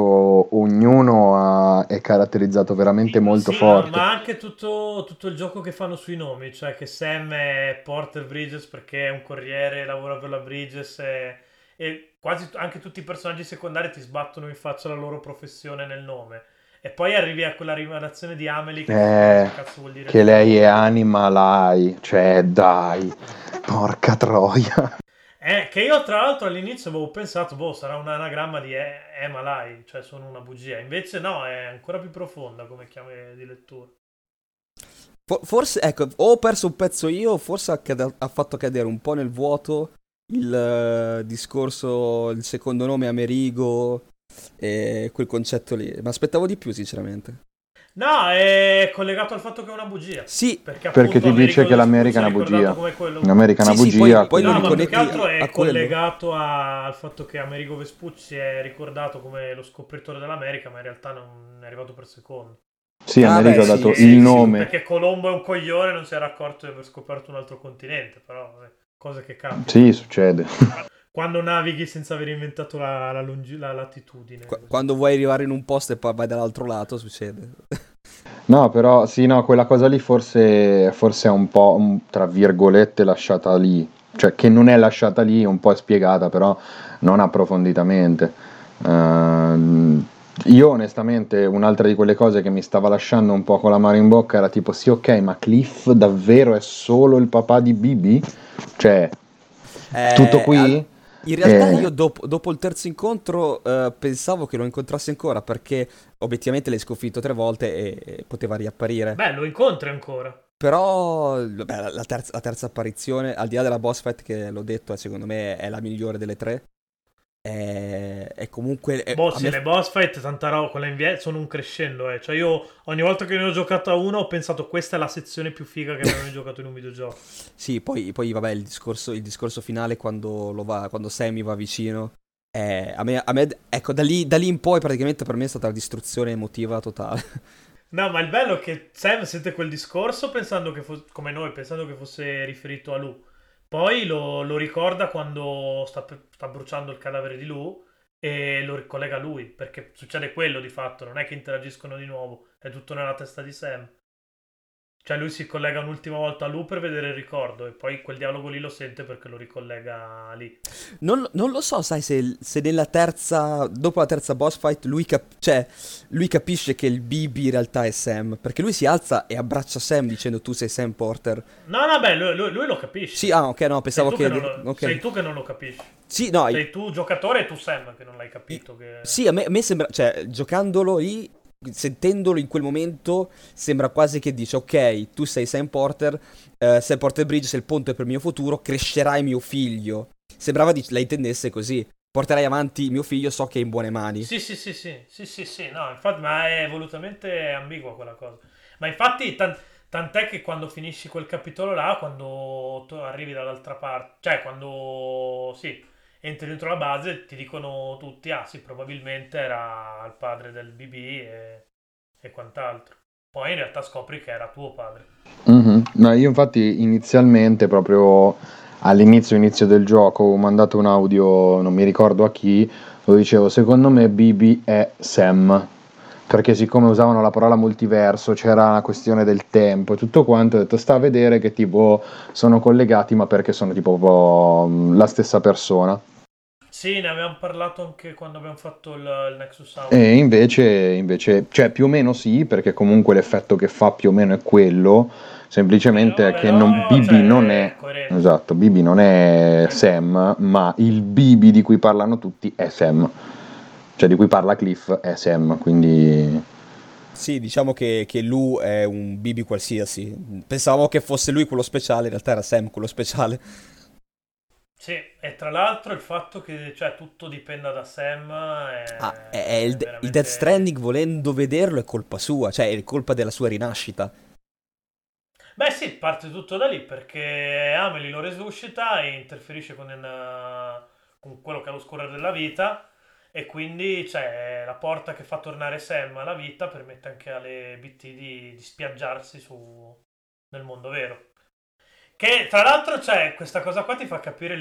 è caratterizzato veramente molto Sì, no, forte. ma anche tutto il gioco che fanno sui nomi, cioè che Sam è Porter Bridges perché è un corriere, lavora per la Bridges e quasi anche tutti i personaggi secondari ti sbattono in faccia la loro professione nel nome. E poi arrivi a quella rivelazione di Amelie che non so Eh, cosa cazzo vuol dire il che suo lei è nome. anima lai, cioè dai, porca troia. Che io tra l'altro all'inizio avevo pensato, boh, sarà un anagramma di Emalai, cioè sono una bugia. Invece no, è ancora più profonda come chiave di lettura. Forse, ecco, o ho perso un pezzo io, o forse ha fatto cadere un po' nel vuoto il discorso, il secondo nome Amerigo e quel concetto lì. Ma aspettavo di più, sinceramente. No, è collegato al fatto che è una bugia. Sì, Perché Perché appunto ti dice Amerigo che Vespucci l'America è è una ricordato bugia. come quello. L'America è sì, una sì, bugia, poi lo No, quindi... ma più che riconnetti altro a è quello. collegato al fatto che Amerigo Vespucci è ricordato come lo scopritore dell'America, ma in realtà non è arrivato per secondo. Sì, Ah, America beh, ha sì, dato il sì, sì. nome. Perché Colombo è un coglione, non si era accorto di aver scoperto un altro continente, però cose che capitano. Sì, succede. Quando navighi senza aver inventato la latitudine. Così. Quando vuoi arrivare in un posto e poi vai dall'altro lato, succede. No, però sì, no, quella cosa lì forse è un po', tra virgolette, lasciata lì. Cioè, che non è lasciata lì, un po' è spiegata, però non approfonditamente. Io onestamente, un'altra di quelle cose che mi stava lasciando un po' con l'amaro in bocca era tipo, sì, ok, ma Cliff davvero è solo il papà di Bibi? Cioè, tutto Eh, al- qui? In realtà io Eh, dopo il terzo incontro pensavo che lo incontrassi ancora perché obiettivamente l'hai sconfitto 3 volte e poteva riapparire. Beh, lo incontri ancora. Però vabbè, la terza apparizione, al di là della boss fight che l'ho detto, secondo me è la migliore delle tre. È comunque... Boh, a sì, me le boss fight, tanta roba, quella sono un crescendo, eh. Cioè io ogni volta che ne ho giocata una ho pensato questa è la sezione più figa che avevo mai giocato in un videogioco. Sì, poi vabbè, il discorso finale quando Sammy va vicino. Ecco, da lì in poi praticamente per me è stata la distruzione emotiva totale. No, ma il bello è che Sam sente quel discorso pensando che fosse, come noi, pensando che fosse riferito a Lu. Poi lo ricorda quando sta bruciando il cadavere di Lu e lo ricollega a lui, perché succede quello di fatto, non è che interagiscono di nuovo, è tutto nella testa di Sam. Cioè lui si collega un'ultima volta a Lu per vedere il ricordo e poi quel dialogo lì lo sente perché lo ricollega lì. Non lo so, sai, se dopo la terza boss fight, cioè, lui capisce che il BB in realtà è Sam. Perché lui si alza e abbraccia Sam dicendo tu sei Sam Porter. No, no, beh, lui lo Sì, capisce. ok, no, pensavo che... Ok. Sei tu che non lo capisci. Sì, no, Sei tu giocatore e tu Sam che non l'hai capito. sì, a me sembra, cioè, giocandolo lì, sentendolo in quel momento, sembra quasi che dice, ok, tu sei Sam Porter Bridge, sei il ponte per il mio futuro, crescerai mio figlio. Sembrava la intendesse così, porterai avanti mio figlio, so che è in buone mani. Sì, sì, sì, sì, sì, sì, sì, no, infatti, ma è volutamente ambigua quella cosa. Ma infatti, tant'è che quando finisci quel capitolo là, quando tu arrivi dall'altra parte, cioè quando, sì, entri dentro la base, ti dicono tutti, ah sì, probabilmente era il padre del BB e quant'altro. Poi in realtà scopri che era tuo padre. mhm. No, io infatti inizialmente, proprio inizio del gioco, ho mandato un audio, non mi ricordo a chi, lo dicevo, secondo me Bibi è Sam, perché siccome usavano la parola multiverso, c'era una questione del tempo e tutto quanto, ho detto sta a vedere che tipo sono collegati, ma perché sono tipo la stessa persona. Sì, ne avevamo parlato anche quando abbiamo fatto il Nexus Audio. E invece, cioè più o meno sì, perché comunque l'effetto che fa più o meno è quello, semplicemente è che Però, Bibi non cioè, è, è coerente. esatto, Bibi non è Sam, ma il Bibi di cui parlano tutti è Sam, cioè di cui parla Cliff è Sam, quindi... Sì, diciamo che Lu è un BB qualsiasi. Pensavo che fosse lui quello speciale, in realtà era Sam quello speciale. Sì, e tra l'altro il fatto che cioè, tutto dipenda da Sam È è il Death Stranding, veramente... volendo vederlo, è colpa sua, cioè è colpa della sua rinascita. Beh sì, parte tutto da lì perché Amelie lo resuscita e interferisce con quello che è lo scorrere della vita e quindi c'è la porta che fa tornare Sam alla vita, permette anche alle BT di spiaggiarsi nel mondo vero. Che tra l'altro c'è questa cosa qua ti fa capire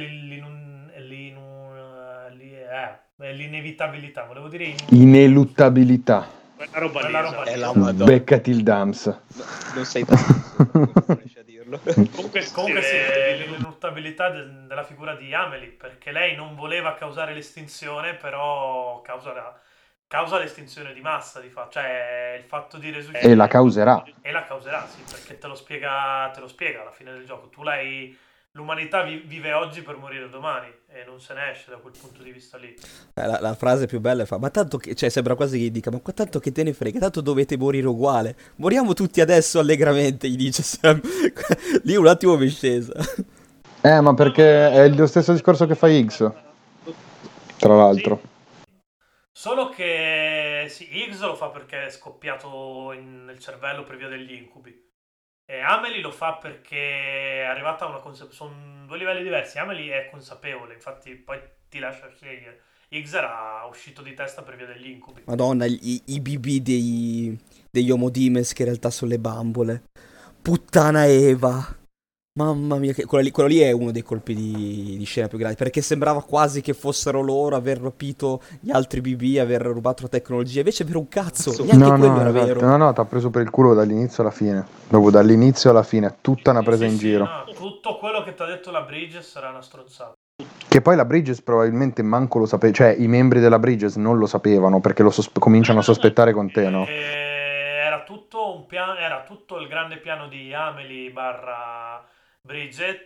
l'inevitabilità, volevo dire Ineluttabilità. Quella roba lì, quella roba esatto. lì. la Esatto. Madonna. Beccati il Dams. Non sei tanto, non riesci a dirlo. Comunque sì, l'ineluttabilità della figura di Amelie, perché lei non voleva causare l'estinzione, però causa l'estinzione di massa, di fatto. Cioè il fatto di resuscitare... E la causerà. E la causerà, sì, perché te lo spiega alla fine del gioco. L'umanità vive oggi per morire domani e non se ne esce da quel punto di vista lì. La frase più bella fa, ma tanto che, cioè sembra quasi che dica, ma tanto che te ne frega, tanto dovete morire uguale. Moriamo tutti adesso allegramente, gli dice Sam. Lì un attimo mi è scesa. Ma perché è lo stesso discorso che fa X, tra l'altro. Solo che sì, Higgs lo fa perché è scoppiato nel cervello per via degli incubi. E Amelie lo fa perché è arrivata a una consapevolezza. Sono due livelli diversi. Amelie è consapevole, infatti poi ti lascia scegliere. Higgs era uscito di testa per via degli incubi. Madonna, i BB degli Homo Demes che in realtà sono le bambole. Puttana Eva. Mamma mia, quello lì è uno dei colpi di scena più grandi, perché sembrava quasi che fossero loro aver rapito gli altri BB, aver rubato la tecnologia, invece per un cazzo, neanche No, quello no, era esatto. vero. No, t'ha preso per il culo dall'inizio alla fine. Proprio dall'inizio alla fine, tutta una presa Sì, in sì, giro. no, tutto quello che ti ha detto la Bridges sarà una stronzata. Che poi la Bridges probabilmente manco lo sapeva, cioè i membri della Bridges non lo sapevano perché cominciano a sospettare con te, no? Era tutto un piano, era tutto il grande piano di Amelie barra Bridget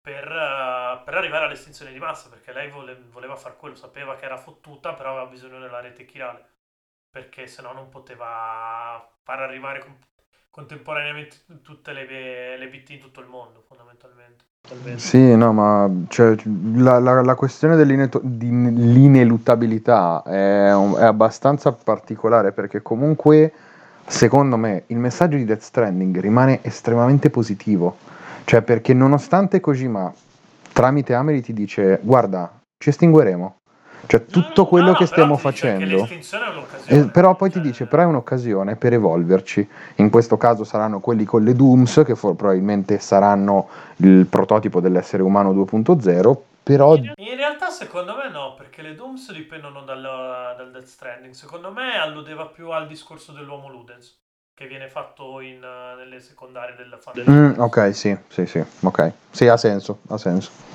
per arrivare all'estinzione di massa, perché lei voleva far quello, sapeva che era fottuta, però aveva bisogno della rete chirale, perché sennò non poteva far arrivare contemporaneamente tutte le BT in tutto il mondo, fondamentalmente. Sì, no, ma cioè, la questione dell'ineluttabilità è abbastanza particolare perché comunque, secondo me, il messaggio di Death Stranding rimane estremamente positivo. Cioè, perché nonostante Kojima, tramite Amelie, ti dice, guarda, ci estingueremo. Cioè, tutto quello No, che però stiamo ti dice che facendo... l'estinzione è un'occasione. però poi ti Cioè, dice, però è un'occasione per evolverci. In questo caso saranno quelli con le Dooms, che probabilmente saranno il prototipo dell'essere umano 2.0, però... in realtà secondo me no, perché le Dooms dipendono dal Death Stranding. Secondo me alludeva più al discorso dell'uomo Ludens, che viene fatto nelle secondarie della fantasy. ok, sì, ok. Sì, ha senso, ha senso.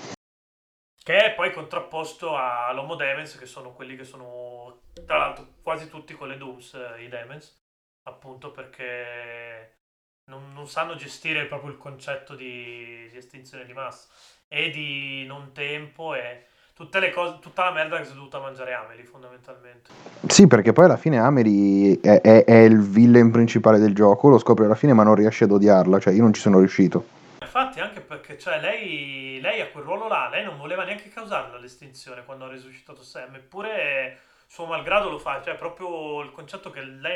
Che è poi contrapposto all'Homo Demens, che sono quelli che sono, tra l'altro, quasi tutti con le Dooms, i Demens, appunto perché non sanno gestire proprio il concetto di estinzione di massa e di non tempo e tutte le cose, tutta la merda che si è dovuta mangiare Amelie, fondamentalmente. Sì, perché poi alla fine Amelie è il villain principale del gioco, lo scopri alla fine ma non riesce ad odiarla, cioè io non ci sono riuscito. Infatti, anche perché cioè, lei a quel ruolo là, lei non voleva neanche causarla l'estinzione quando ha resuscitato Sam, eppure suo malgrado lo fa, cioè proprio il concetto che lei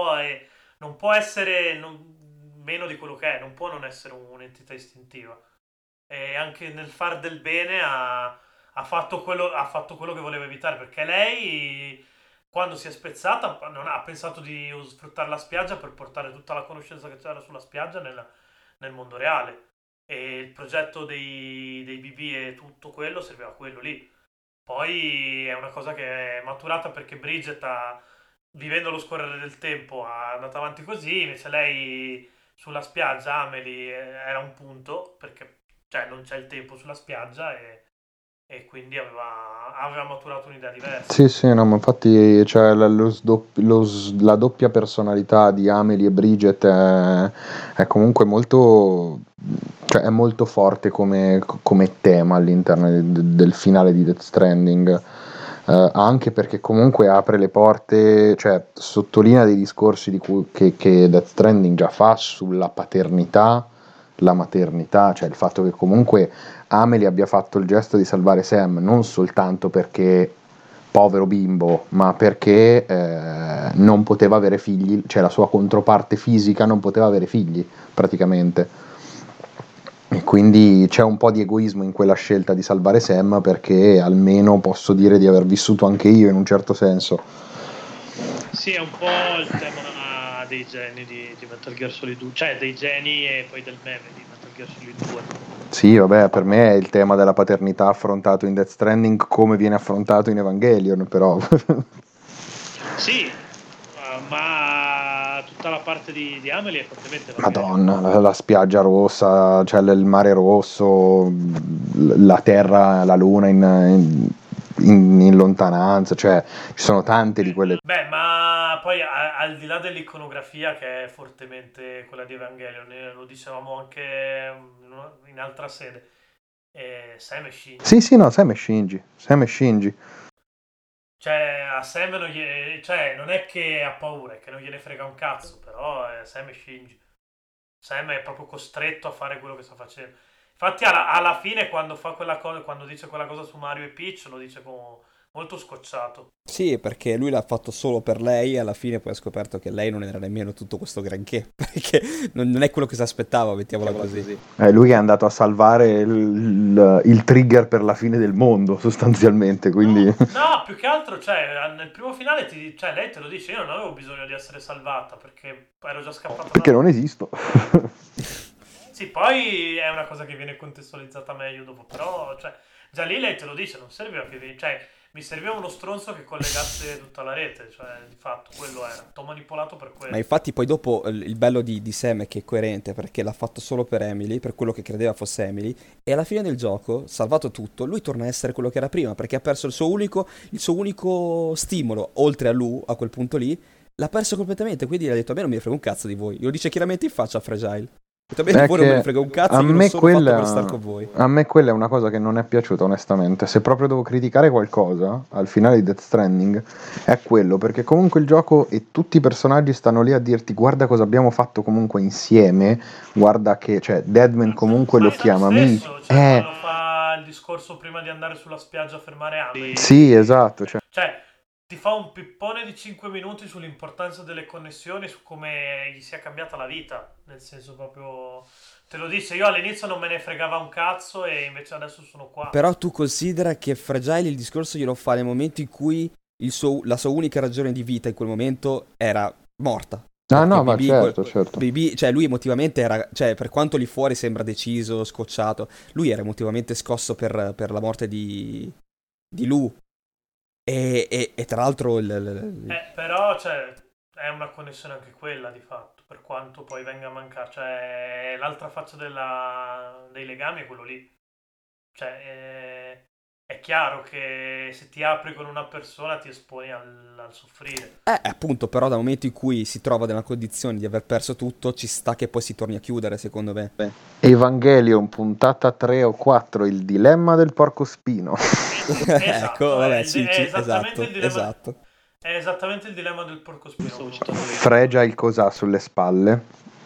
non può essere meno di quello che è, non può non essere un'entità istintiva. E anche nel far del bene ha fatto quello che voleva evitare, perché lei, quando si è spezzata, non ha pensato di sfruttare la spiaggia per portare tutta la conoscenza che c'era sulla spiaggia nel mondo reale. E il progetto dei BB e tutto quello serviva a quello lì. Poi è una cosa che è maturata perché Bridget vivendo lo scorrere del tempo, è andata avanti così, invece lei sulla spiaggia, Amelie, era un punto, perché cioè, non c'è il tempo sulla spiaggia e quindi aveva maturato un'idea diversa. Sì, no, ma infatti cioè, la doppia personalità di Amelie e Bridget è comunque molto, cioè, è molto forte come tema all'interno del finale di Death Stranding. Anche perché comunque apre le porte, cioè sottolinea dei discorsi che Death Stranding già fa sulla paternità la maternità, cioè il fatto che comunque Amelie abbia fatto il gesto di salvare Sam non soltanto perché povero bimbo, ma perché non poteva avere figli, cioè la sua controparte fisica non poteva avere figli praticamente. E quindi c'è un po' di egoismo in quella scelta di salvare Sam, perché almeno posso dire di aver vissuto anche io in un certo senso. Sì, è un po' il tema dei geni di Metal Gear Solid 2, cioè dei geni e poi del meme di Metal Gear Solid 2. Sì, vabbè, per me è il tema della paternità affrontato in Death Stranding come viene affrontato in Evangelion, però. Sì, ma tutta la parte di Amelie è fortemente Evangelion. Madonna, la spiaggia rossa, cioè il mare rosso, la terra, la luna in lontananza, cioè ci sono tante di quelle. Beh, ma poi al di là dell'iconografia che è fortemente quella di Evangelion, lo dicevamo anche in altra sede, Sam e Shinji. Sì, sì, no, Sam e Shinji, Sam e Shinji. Cioè, a Sam cioè, non è che ha paura, è che non gliene frega un cazzo, però Sam e Shinji. Sam è proprio costretto a fare quello che sta facendo. Infatti, alla fine, quando fa quella cosa, quando dice quella cosa su Mario e Peach, lo dice molto scocciato. Sì, perché lui l'ha fatto solo per lei e alla fine poi ha scoperto che lei non era nemmeno tutto questo granché, perché non è quello che si aspettava, mettiamola così. Lui è andato a salvare il trigger per la fine del mondo, sostanzialmente, quindi. No, più che altro, cioè, nel primo finale cioè, lei te lo dice, io non avevo bisogno di essere salvata perché ero già scappata. Perché non esisto. Sì, poi è una cosa che viene contestualizzata meglio dopo, però, cioè, già lì lei te lo dice, non serviva che, cioè, mi serviva uno stronzo che collegasse tutta la rete, cioè, di fatto, quello era, t'ho manipolato per quello. Ma infatti poi dopo il bello di Sam è che è coerente perché l'ha fatto solo per Emily, per quello che credeva fosse Emily, e alla fine del gioco, salvato tutto, lui torna a essere quello che era prima perché ha perso il suo unico stimolo, oltre a lui, a quel punto lì, l'ha perso completamente, quindi gli ha detto a me non mi frega un cazzo di voi, glielo dice chiaramente in faccia a Fragile. A me di voi non me ne frega un cazzo, io non sono fatto per star con voi. A me quella è una cosa che non è piaciuta onestamente. Se proprio devo criticare qualcosa al finale di Death Stranding è quello, perché comunque il gioco e tutti i personaggi stanno lì a dirti guarda cosa abbiamo fatto comunque insieme, guarda che, cioè Deadman comunque lo chiama stesso, cioè, quando fa il discorso prima di andare sulla spiaggia a fermare Amelie. Sì, esatto, cioè Ti fa un pippone di 5 minuti sull'importanza delle connessioni, su come gli sia cambiata la vita, nel senso proprio, te lo dice, io all'inizio non me ne fregava un cazzo e invece adesso sono qua. Però tu considera che Fragile il discorso glielo fa nel momento in cui la sua unica ragione di vita in quel momento era morta. Ah no, Perché ma certo. BB, cioè lui emotivamente era, cioè per quanto lì fuori sembra deciso, scocciato, lui era emotivamente scosso per la morte di Lou. E tra l'altro Però, cioè, è una connessione anche quella di fatto, per quanto poi venga a mancare, cioè, l'altra faccia dei legami è quello lì. Cioè, è chiaro che se ti apri con una persona ti esponi al soffrire. appunto, però dal momento in cui si trova nella condizione di aver perso tutto, ci sta che poi si torni a chiudere, secondo me. Evangelion, puntata 3 o 4, il dilemma del porcospino. Ecco, vabbè, sì, esattamente il dilemma, esatto. è esattamente il dilemma del porcospino. Fragile cos'ha sulle spalle?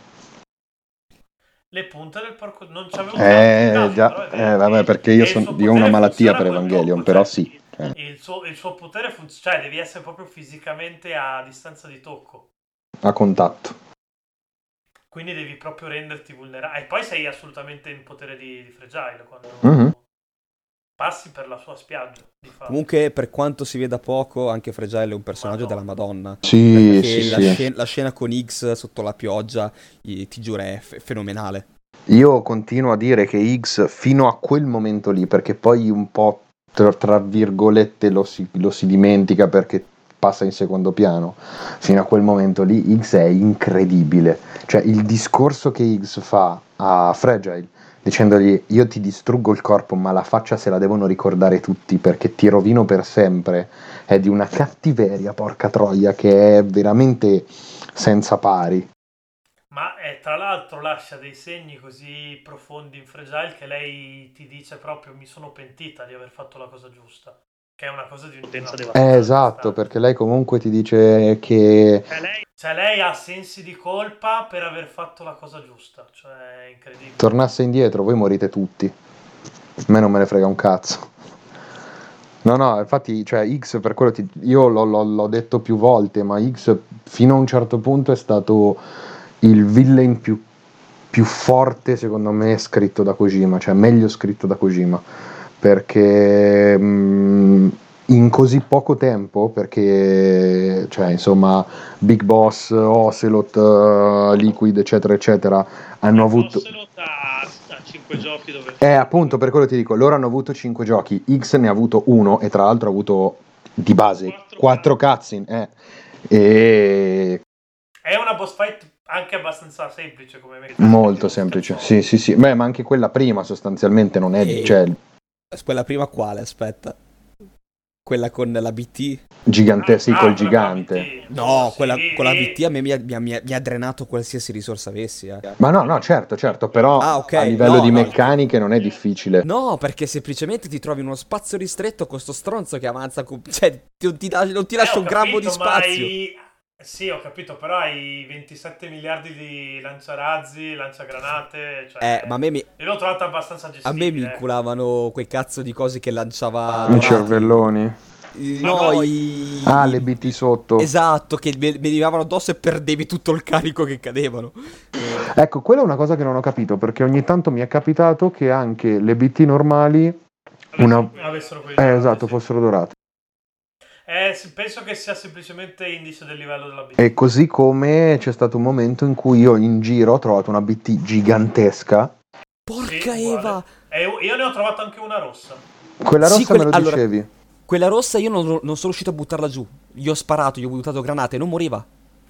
Le punte del porco non c'avevo caso, già, però è vero. vabbè, perché io ho potere una malattia funziona per col Evangelion, tocco, però cioè, sì. il suo potere funziona, cioè devi essere proprio fisicamente a distanza di tocco. A contatto. Quindi devi proprio renderti vulnerabile. E poi sei assolutamente in potere di Fragile quando passi per la sua spiaggia. Di fatto. Comunque, per quanto si veda poco, anche Fragile è un personaggio della Madonna. Sì, Perché sì. la scena con X sotto la pioggia, ti giuro, è fenomenale. Io continuo a dire che X fino a quel momento lì, perché poi un po' tra virgolette lo si dimentica perché passa in secondo piano, fino a quel momento lì X è incredibile. Cioè il discorso che X fa a Fragile dicendogli io ti distruggo il corpo ma la faccia se la devono ricordare tutti perché ti rovino per sempre, è di una cattiveria, porca troia, che è veramente senza pari. Ma tra l'altro lascia dei segni così profondi in Fragile che lei ti dice proprio mi sono pentita di aver fatto la cosa giusta. che è una cosa di una devastante. Esatto, perché lei comunque ti dice che... Cioè lei ha sensi di colpa per aver fatto la cosa giusta, cioè è incredibile. tornasse indietro, voi morite tutti. A me non me ne frega un cazzo. No, infatti, cioè, X per quello io l'ho detto più volte, ma X fino a un certo punto è stato il villain più forte, secondo me, scritto da Kojima, cioè meglio scritto da Kojima, perché in così poco tempo, perché, cioè, insomma, Big Boss, Ocelot, Liquid, eccetera, eccetera, hanno avuto... a 5 giochi dove... appunto, per quello ti dico, loro hanno avuto 5 giochi, X ne ha avuto uno e tra l'altro ha avuto di base 4 cutscene, e È una boss fight anche abbastanza semplice come me. molto semplice, sì. Beh, ma anche quella prima sostanzialmente non è, cioè, Quella prima quale? Aspetta. Quella con la BT? gigantesca, col quella gigante. con la BT. No, Sì. con la BT a me mi ha drenato qualsiasi risorsa avessi. Ma no, certo, però ok, a livello no, di no. meccaniche non è difficile. No, perché semplicemente ti trovi in uno spazio ristretto con sto stronzo che avanza. Cioè, non ti lascia un grammo di spazio. Sì, ho capito, però hai 27 miliardi di lanciarazzi, lanciagranate. Cioè... Ma a me Io l'ho trovata abbastanza a gestibile. me mi inculavano quei cazzo di cose che lanciava. I Dorati. cervelloni. Le BT sotto. Esatto, che mi arrivavano addosso e perdevi tutto il carico che cadevano. Ecco, quella è una cosa che non ho capito, perché ogni tanto mi è capitato che anche le BT normali avessero quei dorati, esatto, sì. fossero dorate. Penso che sia semplicemente indice del livello della BT. E così come c'è stato un momento in cui io in giro ho trovato una BT gigantesca. Porca Sì, Eva! Io ne ho trovato anche una rossa. Quella rossa Sì, me lo allora, dicevi. quella rossa io non sono riuscito a buttarla giù. Gli ho sparato, gli ho buttato granate, non moriva.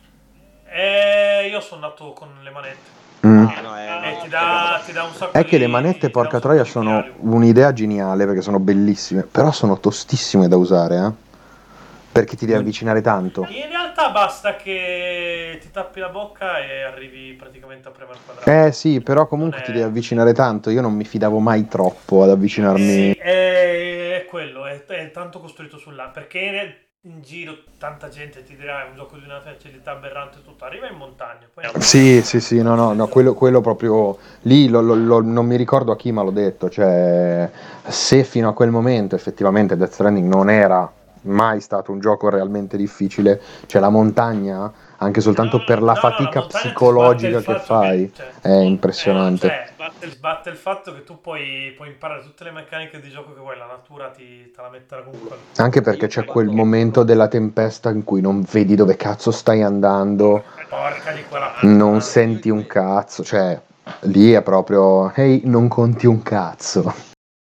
Io sono andato con le manette. No, Ti dà un sacco È che di- le manette, ti dà porca un sacco troia, di sono chiavi. un'idea geniale perché sono bellissime, però sono tostissime da usare, perché ti devi avvicinare tanto. In realtà basta che ti tappi la bocca e arrivi praticamente a premere il quadrato. Sì, però comunque Non ti è- devi avvicinare tanto. Io non mi fidavo mai troppo ad avvicinarmi. Sì, è quello, è tanto costruito sulla... Perché in giro tanta gente ti dirà è un gioco di una facilità aberrante e tutto. Arriva in montagna, poi... Sì, no, quello proprio lì non mi ricordo a chi ma l'ho detto, cioè se fino a quel momento effettivamente Death Stranding non era mai stato un gioco realmente difficile, cioè la montagna, anche soltanto per la fatica montagna ti psicologica sbatte il che fatto fai, cioè, è impressionante. sbatte il fatto che tu puoi imparare tutte le meccaniche di gioco che vuoi, la natura te la metterà comunque. Anche perché c'è quel momento della tempesta in cui non vedi dove cazzo stai andando, Porca di quella non senti un cazzo, cioè lì è proprio, ehi, non conti un cazzo.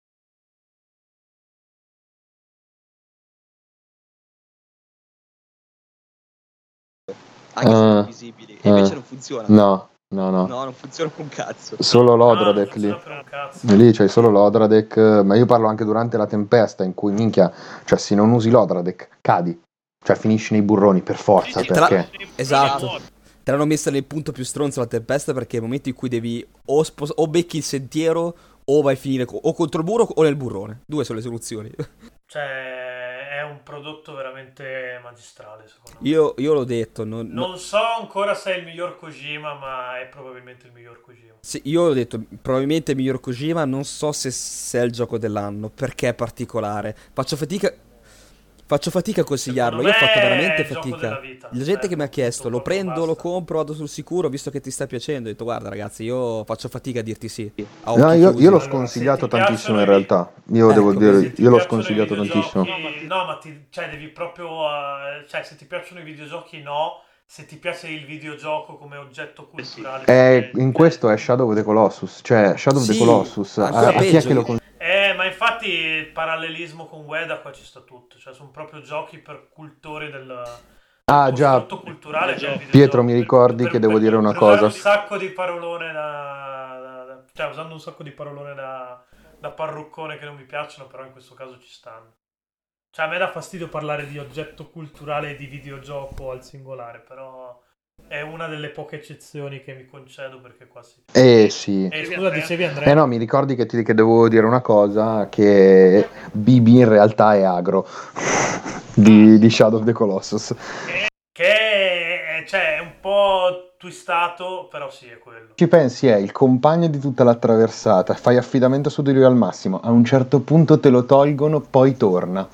Anche se sono invisibili. E invece non funziona. No. No, non funziona un cazzo. Solo l'Odradek non lì. funziona per un cazzo. E lì c'hai solo l'Odradek, ma io parlo anche durante la tempesta in cui minchia, cioè se non usi l'Odradek cadi, cioè finisci nei burroni per forza, perché Esatto. Te l'hanno messa nel punto più stronzo la tempesta perché è il momento in cui devi o becchi il sentiero o vai a finire o contro il muro o nel burrone. Due sono le soluzioni. Cioè, è un prodotto veramente magistrale, secondo me. Io l'ho detto, Non so ancora se è il miglior Kojima, ma è probabilmente il miglior Kojima. sì, io l'ho detto, probabilmente il miglior Kojima, non so se è il gioco dell'anno, perché è particolare. Faccio fatica a consigliarlo, io ho fatto veramente è il gioco fatica. della vita, La gente che mi ha punto, chiesto, lo proprio prendo, lo basta. compro, vado sul sicuro, visto che ti sta piacendo. Ho detto, guarda ragazzi, io faccio fatica a dirti sì. A no, occhi io chiusi. l'ho se sconsigliato ti tantissimo in piacciono realtà. Io devo Ecco, dire, vedi. Se ti io l'ho piacciono i sconsigliato videogiochi- tantissimo. No, ma cioè, devi proprio... cioè, se ti piacciono i videogiochi, no. Se ti piace il videogioco come oggetto culturale... In questo è Shadow of the Colossus, cioè Shadow of the Sì, Colossus, ancora a chi è peggio. che lo ma infatti il parallelismo con Ueda qua ci sta tutto. Cioè, sono proprio giochi per cultori del... già, costrutto culturale del videogioco. Pietro, mi ricordi che devo dire una per usare cosa. un sacco di parolone cioè usando un sacco di parolone da parruccone che non mi piacciono, però in questo caso ci stanno. Cioè a me dà fastidio parlare di oggetto culturale e di videogioco al singolare, però è una delle poche eccezioni che mi concedo, perché qua sì. Sì. Scusa, dicevi Andrea? No, mi ricordi che devo dire una cosa, che BB in realtà è agro di Shadow of the Colossus. Cioè, è un po' twistato, però sì, è quello. Ci pensi, è il compagno di tutta la traversata, fai affidamento su di lui al massimo, a un certo punto te lo tolgono, poi torna.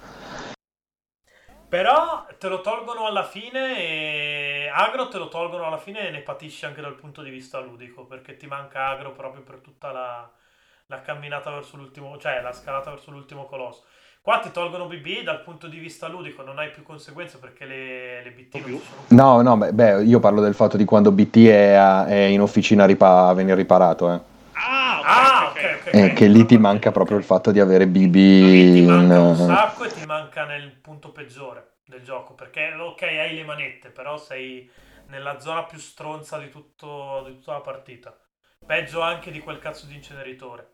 Però te lo tolgono alla fine e Agro te lo tolgono alla fine e ne patisci anche dal punto di vista ludico, perché ti manca Agro proprio per tutta la camminata verso l'ultimo, cioè la scalata verso l'ultimo colosso. Qua ti tolgono BB dal punto di vista ludico, non hai più conseguenze perché le BT non ci sono. No, io parlo del fatto di quando BT è in officina a venire riparato, Ok. che lì ti manca proprio il fatto di avere BB Ti manca un in... sacco e ti manca nel punto peggiore del gioco, perché ok, hai le manette, però sei nella zona più stronza di tutta la partita. Peggio anche di quel cazzo di inceneritore.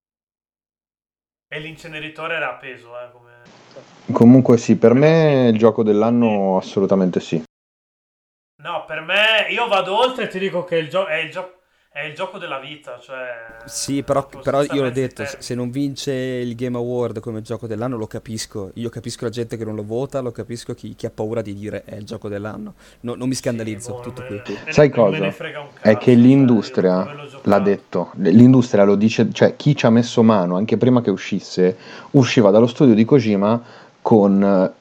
E l'inceneritore era appeso, come... Comunque sì, per me il gioco dell'anno assolutamente sì. No, per me, io vado oltre e ti dico che è il gioco della vita, cioè... Sì, però proprio senza io l'ho mezzi detto, termini. se non vince il Game Award come gioco dell'anno lo capisco. Io capisco la gente che non lo vota, lo capisco chi ha paura di dire è il gioco dell'anno. Non mi scandalizzo, Sì, tutto boh, qui. Sai non me cosa? ne frega un È cazzo, che cioè, io dopo l'industria averlo giocato... l'ha detto, l'industria lo dice, cioè chi ci ha messo mano anche prima che uscisse, usciva dallo studio di Kojima con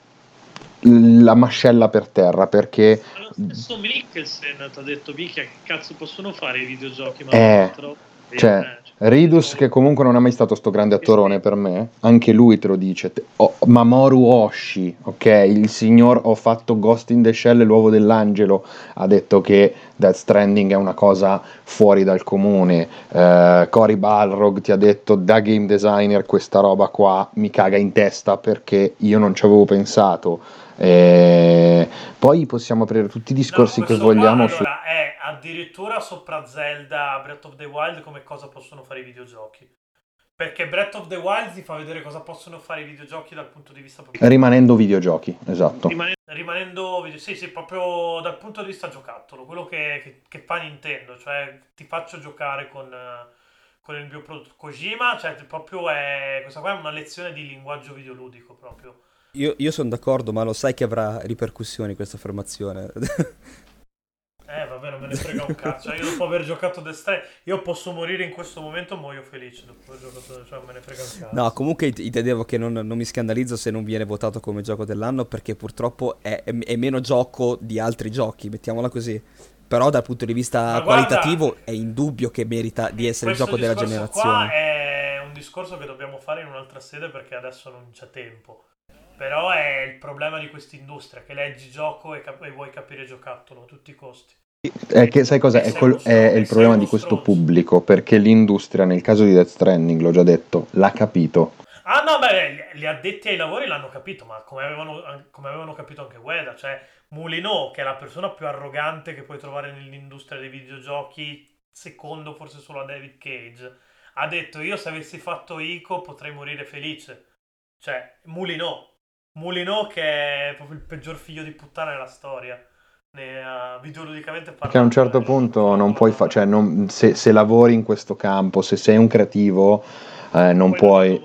la mascella per terra, perché Ma lo stesso Mikkelsen ti ha detto, minchia, che cazzo possono fare i videogiochi? Ma cioè, Ridus, che comunque non è mai stato sto grande attorone per me, anche lui te lo dice. Mamoru Oshii, ok? Il signor Ho fatto Ghost in the Shell e l'uovo dell'angelo, ha detto che Death Stranding è una cosa fuori dal comune. Cory Balrog ti ha detto da game designer questa roba qua mi caga in testa perché io non ci avevo pensato. Poi possiamo aprire tutti i discorsi che questo vogliamo qua, allora, è addirittura sopra Zelda Breath of the Wild come cosa possono fare i videogiochi. Perché Breath of the Wild ti fa vedere cosa possono fare i videogiochi dal punto di vista proprio... rimanendo videogiochi, esatto. Rimanendo sì, proprio dal punto di vista giocattolo, quello che fa Nintendo, cioè ti faccio giocare con il mio prodotto Kojima, cioè proprio questa qua è una lezione di linguaggio videoludico proprio. Io sono d'accordo, ma lo sai che avrà ripercussioni questa affermazione. Vabbè, non me ne frega un cazzo. Io dopo aver giocato Death Stranding, io posso morire in questo momento, muoio felice dopo aver giocato, cioè non me ne frega un cazzo. No, comunque intendevo che non mi scandalizzo se non viene votato come gioco dell'anno, perché purtroppo è meno gioco di altri giochi, mettiamola così. Però dal punto di vista qualitativo è indubbio che merita di essere il gioco della generazione. Qua è un discorso che dobbiamo fare in un'altra sede perché adesso non c'è tempo. Però è il problema di quest'industria, che leggi gioco e vuoi capire giocattolo a tutti i costi. È che sai cosa? È il problema di questo pubblico, perché l'industria, nel caso di Death Stranding, l'ho già detto, l'ha capito. Ah no, beh, gli addetti ai lavori l'hanno capito, ma come avevano capito anche Ueda, cioè Moulinot, che è la persona più arrogante che puoi trovare nell'industria dei videogiochi, secondo forse solo a David Cage, ha detto io se avessi fatto Ico potrei morire felice. Cioè, Moulinot che è proprio il peggior figlio di puttana della storia, videoludicamente parlando. Perché a un certo punto non puoi fare, cioè se lavori in questo campo, se sei un creativo, non puoi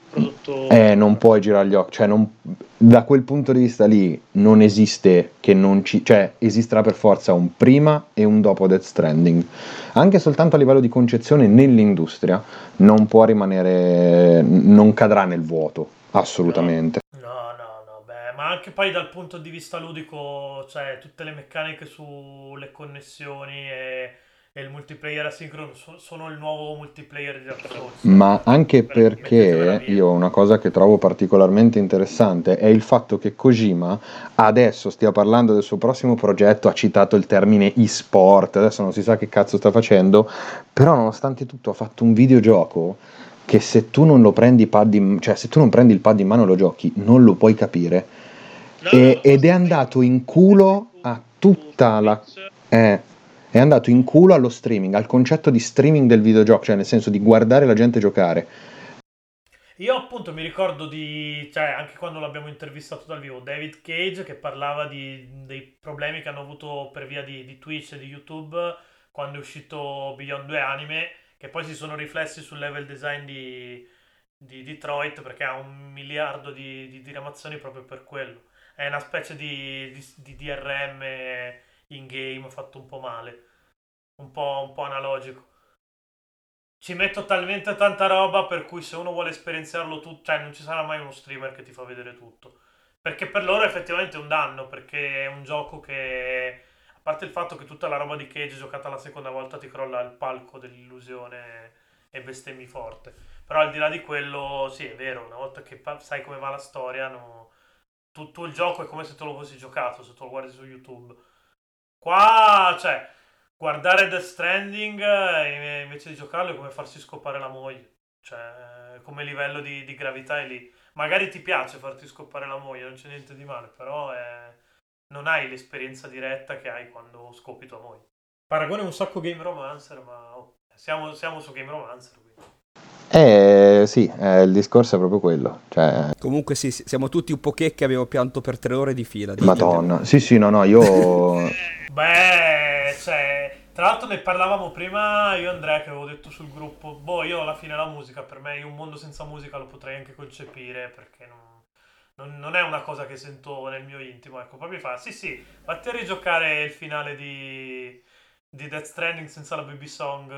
girare gli occhi, cioè da quel punto di vista lì non esiste che non ci, cioè esisterà per forza un prima e un dopo Death Stranding, anche soltanto a livello di concezione nell'industria non può rimanere, non cadrà nel vuoto, assolutamente. No, beh, ma anche poi dal punto di vista ludico, cioè tutte le meccaniche sulle connessioni e il multiplayer asincrono sono il nuovo multiplayer di Dark Souls. Ma anche Mettetevela perché via. io una cosa che trovo particolarmente interessante è il fatto che Kojima adesso stia parlando del suo prossimo progetto, ha citato il termine e-sport, adesso non si sa che cazzo sta facendo, però nonostante tutto ha fatto un videogioco che se tu non lo prendi cioè se tu non prendi il pad in mano e lo giochi, non lo puoi capire. Ed è andato in culo a tutta la... è andato in culo allo streaming, al concetto di streaming del videogioco, cioè nel senso di guardare la gente giocare. Io appunto mi ricordo cioè anche quando l'abbiamo intervistato dal vivo, David Cage che parlava dei problemi che hanno avuto per via di Twitch e di YouTube quando è uscito Beyond 2 Anime, che poi si sono riflessi sul level design di Detroit perché ha 1 miliardo di diramazioni proprio per quello. È una specie di DRM in game fatto un po' male, un po' analogico. Ci metto talmente tanta roba per cui se uno vuole esperienziarlo tutto, cioè non ci sarà mai uno streamer che ti fa vedere tutto. Perché per loro effettivamente è un danno, perché è un gioco che, a parte il fatto che tutta la roba di Cage giocata la seconda volta ti crolla il palco dell'illusione e bestemmi forte. Però al di là di quello, sì, è vero, una volta che sai come va la storia, tutto il gioco è come se te lo fossi giocato, se tu lo guardi su YouTube. Qua, cioè, guardare Death Stranding invece di giocarlo è come farsi scopare la moglie. Cioè, come livello di gravità è lì. Magari ti piace farti scopare la moglie, non c'è niente di male, però non hai l'esperienza diretta che hai quando scopi tua moglie. Paragone un sacco Game Romancer, ma siamo su Game Romancer. Quindi. Sì, il discorso è proprio quello. Cioè, Comunque sì, siamo tutti un po' che abbiamo pianto per 3 ore di fila. Madonna. Sì, no, io... Beh, cioè, tra l'altro ne parlavamo prima io e Andrea che avevo detto sul gruppo, boh, io alla fine la musica, per me un mondo senza musica lo potrei anche concepire perché non è una cosa che sento nel mio intimo, ecco, poi mi fa, sì, vatti a rigiocare il finale di Death Stranding senza la baby song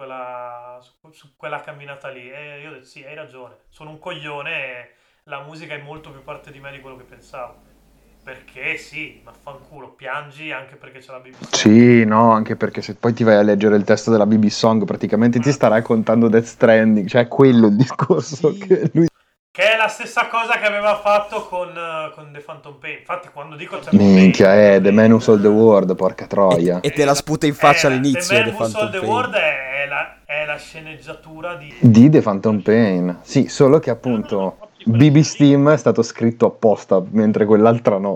su quella camminata lì, e io ho detto, sì, hai ragione, sono un coglione e la musica è molto più parte di me di quello che pensavo. Perché sì, vaffanculo, piangi anche perché c'è la baby song. Sì, no, anche perché se poi ti vai a leggere il testo della BB Song, praticamente ti sta raccontando Death Stranding, cioè quello il discorso che lui... Che è la stessa cosa che aveva fatto con The Phantom Pain. Infatti, quando dico c'è Minchia, The Man Who Sold the World, porca troia. E te la sputa in faccia The all'inizio Man The Who Phantom Sold the Pain. World è la sceneggiatura di... Di The Phantom Pain. Sì, solo che appunto BB Steam è stato scritto apposta, mentre quell'altra no.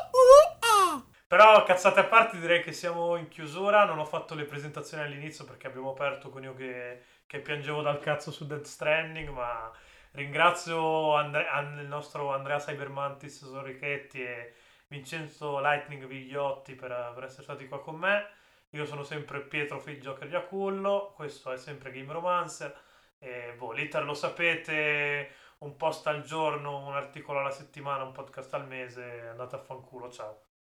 Però, cazzate a parte, direi che siamo in chiusura. Non ho fatto le presentazioni all'inizio perché abbiamo aperto con io che piangevo dal cazzo su Death Stranding, ma ringrazio il nostro Andrea Cybermantis Sorrichetti e Vincenzo Lightning Vigliotti per essere stati qua con me. Io sono sempre Pietro Figgiocher Iacullo, questo è sempre Game Romancer. E boh, l'iter lo sapete, un post al giorno, un articolo alla settimana, un podcast al mese. Andate a fanculo, ciao.